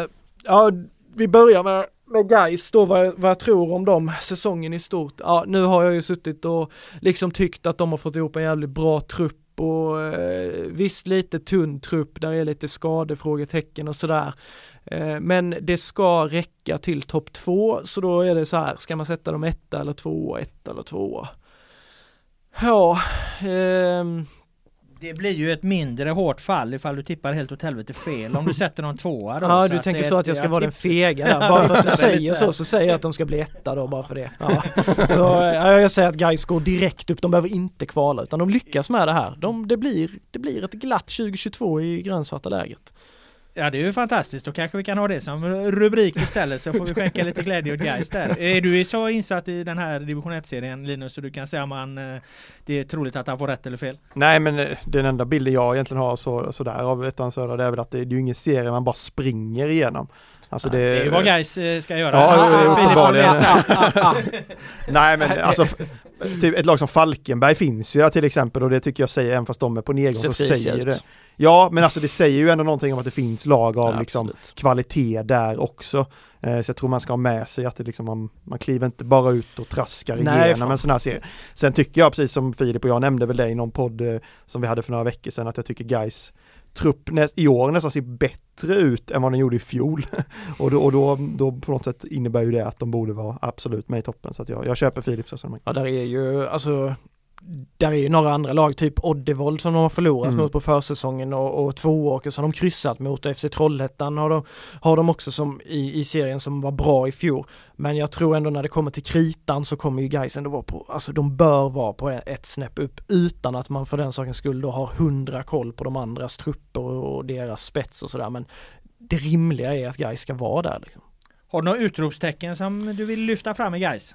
ja, vi börjar med med Gais då, vad, vad jag tror om dem säsongen i stort. Ja, nu har jag ju suttit och liksom tyckt att de har fått ihop en jävligt bra trupp och eh, visst lite tunn trupp, där är lite skadefrågetecken och sådär. Eh, men det ska räcka till topp två, så då är det så här, ska man sätta dem etta eller två, ett eller två? Ja, ehm... det blir ju ett mindre hårt fall ifall du tippar helt åt helvete fel. Om du sätter någon tvåa då. Ja, så du att tänker det, så att jag ska jag vara tips- den fega där. Bara för att du säger så, så säger jag att de ska bli etta då, bara för det. Ja. Så ja, jag säger att guys går direkt upp. De behöver inte kvala, utan de lyckas med det här. De, det, blir, det blir ett glatt tjugo tjugotvå i grönsvarta lägret. Ja, det är ju fantastiskt. Då kanske vi kan ha det som rubrik istället, så får vi skänka lite glädje åt guys där. Är du så insatt i den här division ett-serien, Linus, så du kan säga om han, det är troligt att han får rätt eller fel? Nej, men den enda bilden jag egentligen har så, så där av ettan södra, det är väl att det, det är ju ingen serie man bara springer igenom. Alltså det, det är ju vad guys ska göra. Ja, ah, uppenbarligen. ah, Nej, men alltså typ ett lag som Falkenberg finns ju där till exempel, och det tycker jag säger, även fast de är på nedgång så säger det. Ja, men alltså det säger ju ändå någonting om att det finns lag av ja, liksom kvalitet där också. Eh, så jag tror man ska ha med sig att det liksom, man, man kliver inte bara ut och traskar Nej, igenom en sån här serie. Sen tycker jag, precis som Filip och jag nämnde väl det i någon podd eh, som vi hade för några veckor sedan, att jag tycker guys trupp nä- i år nästan ser bättre ut än vad den gjorde i fjol. och då, och då, då på något sätt innebär ju det att de borde vara absolut med i toppen. Så att jag, jag köper Philips resonemang. Ja, där är ju, alltså där är ju några andra lag, typ Oddevold som de har förlorat mm. mot på försäsongen, och, och Tvååker som de kryssat mot, och F C Trollhättan har de, har de också som i, i serien som var bra i fjol. Men jag tror ändå när det kommer till kritan så kommer ju guys ändå vara på, alltså de bör vara på ett snäpp upp, utan att man för den sakens skull då har hundra koll på de andras trupper och deras spets och sådär. Men det rimliga är att guys ska vara där liksom. Har du några utropstecken som du vill lyfta fram i guys?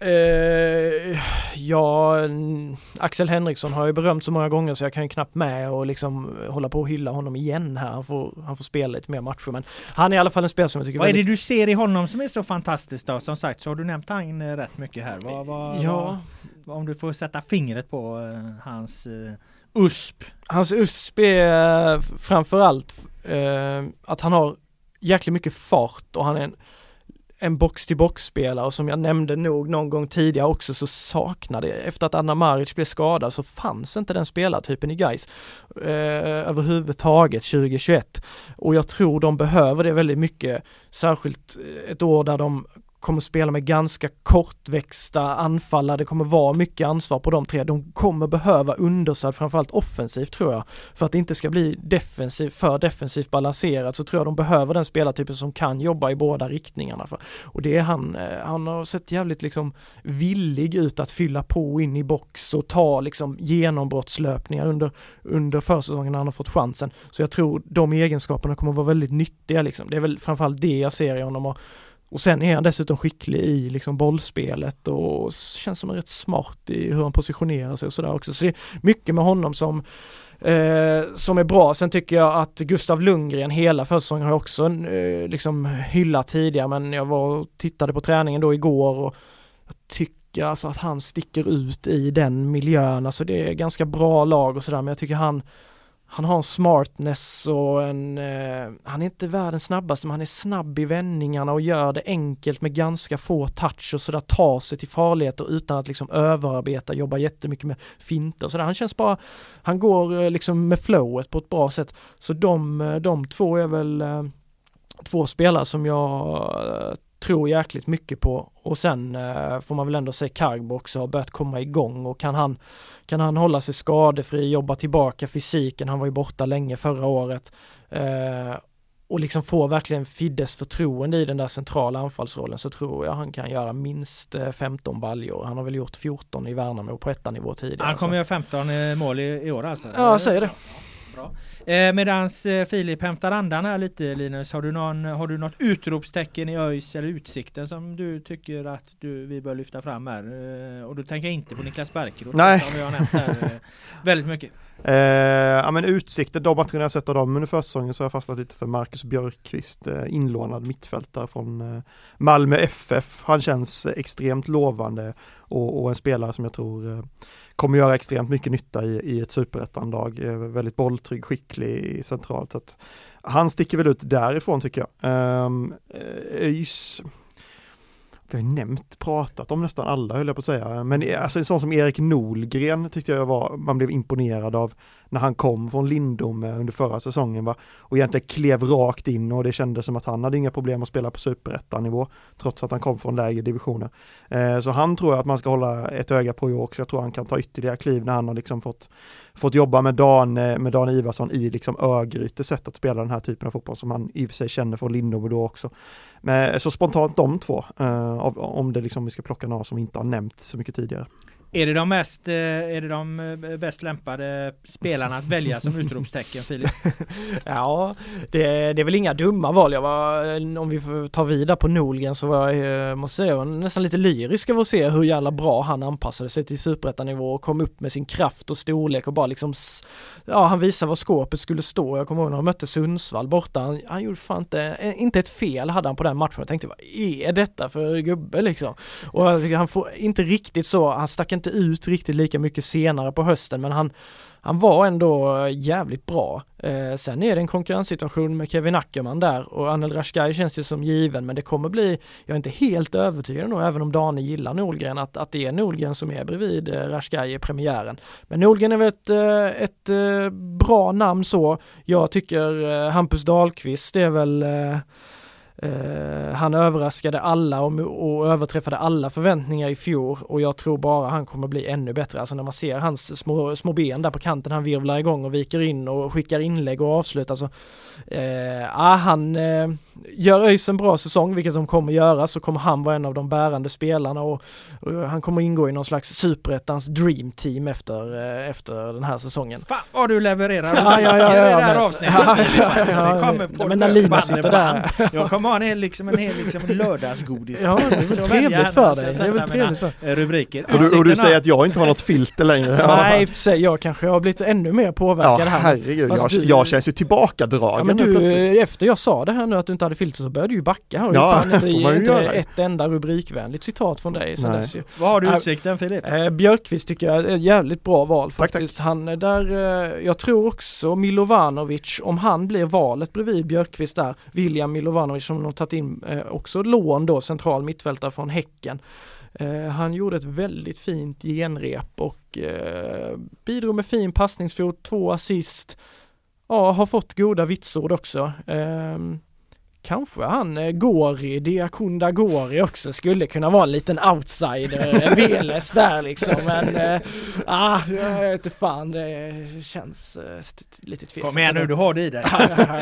Uh, ja, Axel Henriksson har ju berömt så många gånger så jag kan ju knappt med och liksom hålla på och hylla honom igen här. Han får, han får spela lite mer matcher, men han är i alla fall en spelare som jag tycker vad väldigt... är det du ser i honom som är så fantastiskt då? Som sagt så har du nämnt han rätt mycket här. Vad, vad, ja. vad, om du får sätta fingret på uh, hans uh, U S P. Hans U S P är uh, framförallt uh, att han har jäkligt mycket fart, och han är en en box-till-box-spelare, och som jag nämnde nog någon gång tidigare också, så saknade, efter att Anna Maric blev skadad så fanns inte den spelartypen i guys eh, överhuvudtaget tjugo tjugoett, och jag tror de behöver det väldigt mycket, särskilt ett år där de kommer spela med ganska kortväxta anfallare. Det kommer vara mycket ansvar på de tre. De kommer behöva understöd, framförallt offensivt tror jag. För att det inte ska bli defensivt, för defensivt balanserat, så tror jag de behöver den spelartypen som kan jobba i båda riktningarna. För. Och det är han, han har sett jävligt liksom villig ut att fylla på in i box och ta liksom genombrottslöpningar under, under försäsongen när han har fått chansen. Så jag tror de egenskaperna kommer vara väldigt nyttiga. Liksom. Det är väl framförallt det jag ser i honom. Och Och sen är han dessutom skicklig i liksom bollspelet och känns som en rätt smart i hur han positionerar sig och sådär också. Så det är mycket med honom som, eh, som är bra. Sen tycker jag att Gustav Lundgren hela försäsongen har jag också eh, liksom hyllat tidigare, men jag var och tittade på träningen då igår och jag tycker alltså att han sticker ut i den miljön. Alltså det är ganska bra lag och sådär, men jag tycker han Han har en smartness och en, eh, han är inte världens snabbaste, men han är snabb i vändningarna och gör det enkelt med ganska få touch och sådär, tar sig till farligheter utan att liksom överarbeta, jobba jättemycket med finter och sådär. Han känns bara, han går eh, liksom med flowet på ett bra sätt. Så de, de två är väl eh, två spelare som jag eh, tror jäkligt mycket på. Och sen eh, får man väl ändå se Kargbo också har börjat komma igång, och kan han kan han hålla sig skadefri, jobba tillbaka fysiken, han var ju borta länge förra året, eh, och liksom få verkligen Fiddes förtroende i den där centrala anfallsrollen, så tror jag han kan göra minst femton baljor. Han har väl gjort fjorton i Värnamo på ettanivå tidigare. Han kommer göra femton mål i, i år alltså? Ja, jag säger det. Bra. Eh, medans eh, Filip hämtar andan här lite, Linus, har du, någon, har du något utropstecken i ÖIS eller Utsikten som du tycker att du, vi bör lyfta fram här? Eh, och du tänker inte på Niklas Bärkeroth som jag har nämnt här eh, väldigt mycket. Eh, ja men Utsikten, de matcherna jag sett av dem under försäsongen, så har jag fastnat lite för Marcus Björkqvist, eh, inlånad mittfältare från eh, Malmö F F. Han känns eh, extremt lovande och, och en spelare som jag tror eh, kommer göra extremt mycket nytta i, i ett superettanlag. Eh, väldigt bolltrygg, skicklig centralt. Så att han sticker väl ut därifrån tycker jag. Eh, ÖIS... Vi har nämnt, pratat om nästan alla höll jag på att säga. Men alltså en sån som Erik Nolgren tyckte jag var, man blev imponerad av när han kom från Lindom under förra säsongen, va? Och egentligen klev rakt in och det kändes som att han hade inga problem att spela på superettanivå trots att han kom från lägre divisioner. Eh, så han tror jag att man ska hålla ett öga på i år också. Jag tror han kan ta ytterligare kliv när han har liksom fått, fått jobba med Dan, med Dan Ivarsson i liksom Örgryte sätt att spela den här typen av fotboll som han i och för sig känner från Lindom och då också. Men så spontant de två, eh, om det liksom vi ska plocka några som inte har nämnt så mycket tidigare. Är det de mest, är det de bäst lämpade spelarna att välja som utropstecken, Filip? Ja, det, det är väl inga dumma val. Jag var, om vi får ta vidare på Nolgren så var jag, måste säga, jag var nästan lite lyrisk av att se hur jävla bra han anpassade sig till superettanivå och kom upp med sin kraft och storlek och bara liksom, ja, han visade var skåpet skulle stå. Jag kommer ihåg när han mötte Sundsvall borta. Han, han gjorde fan inte, inte ett fel hade han på den matchen. Jag tänkte, vad är detta för gubbe liksom? Och han får inte riktigt så, han stack inte ut riktigt lika mycket senare på hösten, men han, han var ändå jävligt bra. Eh, sen är det en konkurrenssituation med Kevin Ackerman där och Anel Rashkai känns ju som given, men det kommer bli, jag är inte helt övertygad nog, även om Dane gillar Nolgren, att, att det är Nolgren som är bredvid eh, Rashkai i premiären. Men Nolgren är väl ett, eh, ett eh, bra namn så. Jag tycker eh, Hampus Dahlqvist är väl eh, Uh, han överraskade alla och, och överträffade alla förväntningar i fjol och jag tror bara han kommer bli ännu bättre. Alltså när man ser hans små, små ben där på kanten, han virvlar igång och viker in och skickar inlägg och avslutar. Alltså, uh, ah, han uh, gör ÖIS en bra säsong, vilket de kommer göra, så kommer han vara en av de bärande spelarna och, och han kommer ingå i någon slags superettans dream team efter, uh, efter den här säsongen. Fan vad du levererar ja, ja, ja, ja, i det här men, avsnittet. Ja, ja, ja, ja, det kommer på men när Lina sitter där. Jag kommer ha en hel, liksom, en hel liksom, lördagsgodis. Ja, det är väl trevligt för dig. Det är väl trevligt för rubriker. Och du, och du säger att jag inte har något filter längre. Ja. Nej, för sig, jag kanske har blivit ännu mer påverkad ja, här. Herregud, jag, du, jag känns ju tillbakadragen. Ja, men du, efter jag sa det här nu att du inte hade filter så började du ju backa. Har ja, fan inte, inte, inte ett enda rubrikvänligt citat från dig. Så dess ju. Vad har du utsikten, Filip? Äh, Björkqvist tycker jag är ett jävligt bra val faktiskt. Tack, tack. Han där, eh, jag tror också Milovanovic, om han blir valet bredvid Björkqvist där, William Milovanovic som de har tagit in eh, också lån då, central mittfältare från Häcken. Uh, han gjorde ett väldigt fint genrep och uh, bidrog med fin passningsfot, två assist. Ja, har fått goda vitsord också. Uh, kanske han uh, Gori, Diakunda Gori också skulle kunna vara en liten outsider, Veles där liksom. Men uh, ah, jag vet inte fan, det känns uh, lite tveksamt. Kom igen nu, du har det i dig.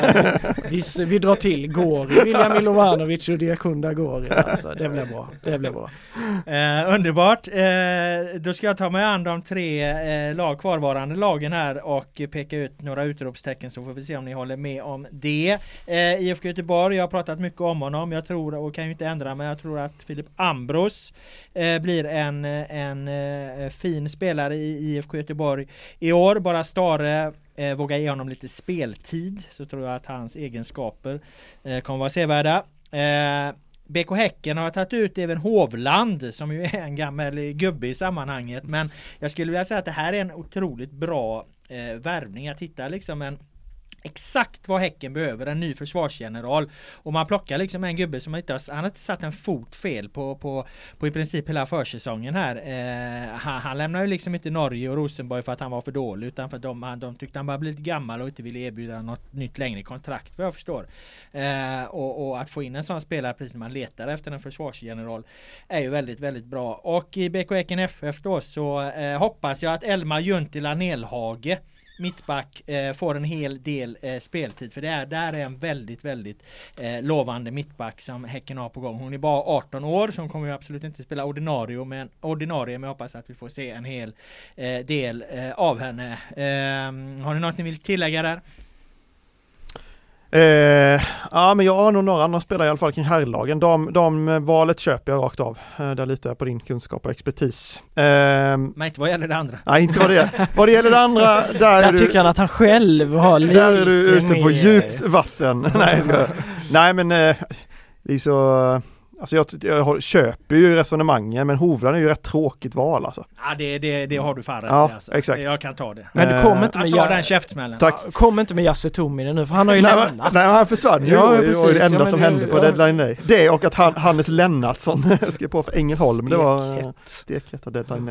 vi, vi drar till Gori, William Milovanovic och Diakunda Gori. Alltså, det blir bra, det blir bra. Eh, underbart. Eh, då ska jag ta mig an de tre eh, lag, kvarvarande lagen här och peka ut några utropstecken, så får vi se om ni håller med om det. Eh, I F K Göteborg, jag har pratat mycket om honom. Jag tror, och kan ju inte ändra mig, jag tror att Filip Ambros eh, blir en, en eh, fin spelare i I F K Göteborg i år. Bara Stare eh, vågar ge honom lite speltid, så tror jag att hans egenskaper eh, kommer vara sevärda. Eh, B K Häcken har tagit ut även Hovland som ju är en gammal gubbe i sammanhanget, men jag skulle vilja säga att det här är en otroligt bra eh, värvning. Jag tittar liksom en exakt vad Häcken behöver, en ny försvarsgeneral, och man plockar liksom en gubbe som inte har, han har inte satt en fot fel på, på, på i princip hela försäsongen här. Eh, han, han lämnar ju liksom inte Norge och Rosenborg för att han var för dålig, utan för att de, de tyckte han bara blivit gammal och inte ville erbjuda något nytt längre kontrakt, vad jag förstår. Eh, och, och att få in en sån spelare precis när man letar efter en försvarsgeneral är ju väldigt, väldigt bra. Och i B K Häcken F F då så eh, hoppas jag att Elma Juntila Nelhage, mittback, eh, får en hel del eh, speltid, för det är, där är en väldigt, väldigt eh, lovande mittback som Häcken har på gång. Hon är bara arton år, så hon kommer ju absolut inte spela ordinarie, men, ordinarie, men jag hoppas att vi får se en hel eh, del eh, av henne. Eh, har ni något ni vill tillägga där? Eh, ja, men jag har nog några andra spelare i alla fall kring herrlagen. De, de valet köper jag rakt av. Eh, där litar jag på din kunskap och expertis. Eh, men inte vad gäller det andra. Nej, inte vad det gäller. Vad det gäller det andra, där, där är du, tycker han att han själv har lite där är du ute mer. på djupt vatten. Nej, ska, nej men eh, det är så... Alltså jag, jag köper ju resonemangen, men Hovland är ju rätt tråkigt val alltså. Ja, det, det, det har du fan rätt ja, i alltså. Exakt. Jag kan ta det. Men du kommer inte med jag tar den käftsmällen. Tack. Kom inte med Jasse Tominen nu, för han har ju nej, lämnat. Nej, han försvann ju. Ja, det precis. var det enda ja, som det, hände på ja. deadline day. Det och att han, Hannes Lennartsson skrev på för Ängelholm. Det var Stekhet. stekhet av deadline day.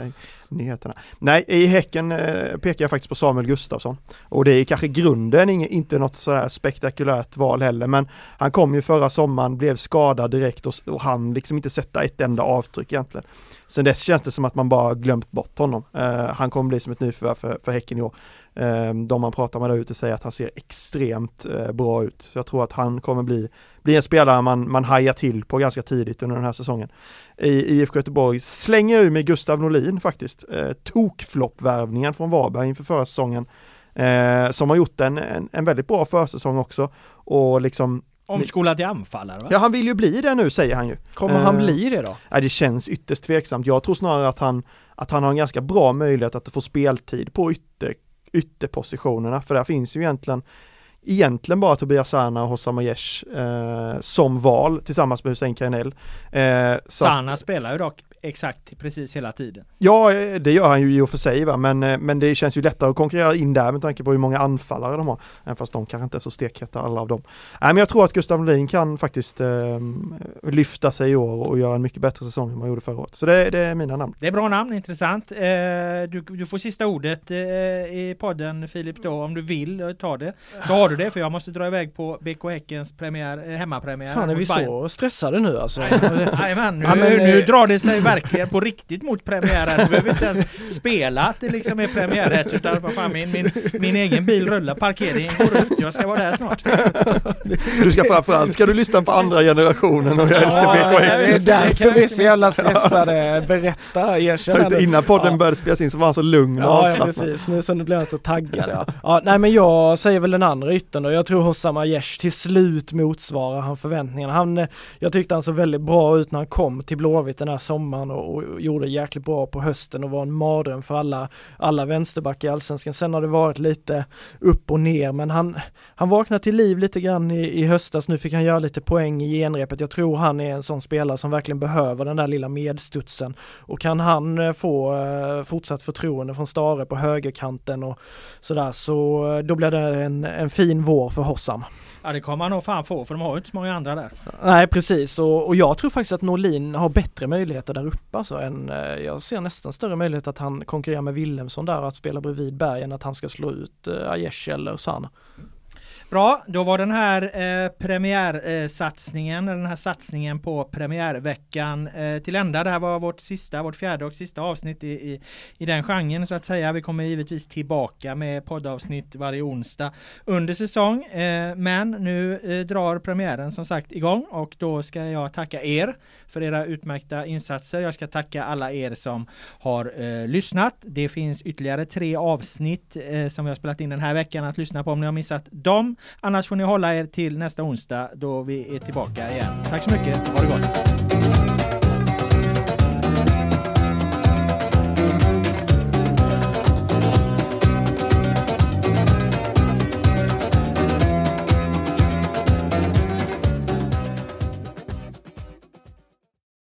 nyheterna. Nej, i Häcken eh, pekar jag faktiskt på Samuel Gustafsson. Och det är kanske grunden, ing- inte något sådär spektakulärt val heller, men han kom ju förra sommaren, blev skadad direkt och, och han liksom inte sätta ett enda avtryck egentligen. Sen dess känns det som att man bara glömt bort honom. Eh, han kommer bli som ett nyförvärv för, för Häcken i år. Eh, de man pratar med där ute säger att han ser extremt eh, bra ut. Så jag tror att han kommer bli, bli en spelare man, man hajar till på ganska tidigt under den här säsongen. I I F K Göteborg slänger jag ur med Gustav Norlin faktiskt. Eh, tokfloppvärvningen från Varberg inför förra säsongen. Eh, som har gjort en, en, en väldigt bra försäsong också. Och liksom omskolad till anfallare, va? Ja, han vill ju bli det nu, säger han ju. Kommer uh, han bli det då? Ja, det känns ytterst tveksamt. Jag tror snarare att han, att han har en ganska bra möjlighet att få speltid på ytter, ytterpositionerna. För där finns ju egentligen egentligen bara Tobias Sana och Hossam Aiesh eh, som val tillsammans med Hussein Kainel. Eh, Sana att, spelar ju dock exakt precis hela tiden. Ja, det gör han ju i och för sig, va? Men, men det känns ju lättare att konkurrera in där med tanke på hur många anfallare de har. Även fast de kanske inte är så stekheta alla av dem. Nej, men jag tror att Gustav Norlin kan faktiskt eh, lyfta sig i år och göra en mycket bättre säsong än man gjorde förra året. Så det, det är mina namn. Det är bra namn, intressant. Eh, du, du får sista ordet eh, i podden, Filip, då, om du vill ta det. Så har du det, för jag måste dra iväg på B K Häckens premiär, hemmapremiär. Fan, är vi så stressade nu alltså? Nej, men nu, ja, men, nu drar det sig verkligen på riktigt mot premiären. Du behöver inte ens spela att det liksom är premiärrätt, utan vad fan, min, min, min egen bil rullar, parkeringen går ut, jag ska vara där snart. Du ska framförallt, ska du lyssna på andra generationen och jag älskar ja, B K Häcken. Det är därför vi är så jävla stressade. Berätta, erkänn. Innan podden ja. började spelas in så var han så lugn och ja, ja, precis. Nu så nu blir han så taggad. Ja. Ja, nej, men jag säger väl den andra yttern då. Jag tror Hossam Aiesh till slut motsvarar han förväntningarna. Han, jag tyckte han så väldigt bra ut när han kom till Blåvitt den här sommaren och, och gjorde jäkligt bra på hösten och var en mardröm för alla, alla vänsterback i Allsvenskan. Sen har det varit lite upp och ner, men han, han vaknade till liv lite grann i, i höstas. Nu fick han göra lite poäng i genrepet. Jag tror han är en sån spelare som verkligen behöver den där lilla medstudsen. Och kan han få uh, fortsatt förtroende från Stare på högerkanten och sådär, så uh, då blir det en, en fin vår för Hossam. Ja, det kommer han nog fan få, för de har ju inte så många andra där. Nej, precis. Och, och jag tror faktiskt att Norlin har bättre möjligheter där uppe. Alltså, än, jag ser nästan större möjlighet att han konkurrerar med Willemsson där, att spela bredvid Berg, än att han ska slå ut uh, Aiesh eller Sana. Bra, då var den här eh, premiärsatsningen, eh, den här satsningen på premiärveckan eh, till ända. Det här var vårt sista, vårt fjärde och sista avsnitt i, i, i den genren, så att säga. Vi kommer givetvis tillbaka med poddavsnitt varje onsdag under säsong. Eh, men nu eh, drar premiären som sagt igång, och då ska jag tacka er för era utmärkta insatser. Jag ska tacka alla er som har eh, lyssnat. Det finns ytterligare tre avsnitt eh, som vi har spelat in den här veckan att lyssna på om ni har missat dem. Annars får ni hålla er till nästa onsdag då vi är tillbaka igen. Tack så mycket, ha det gott!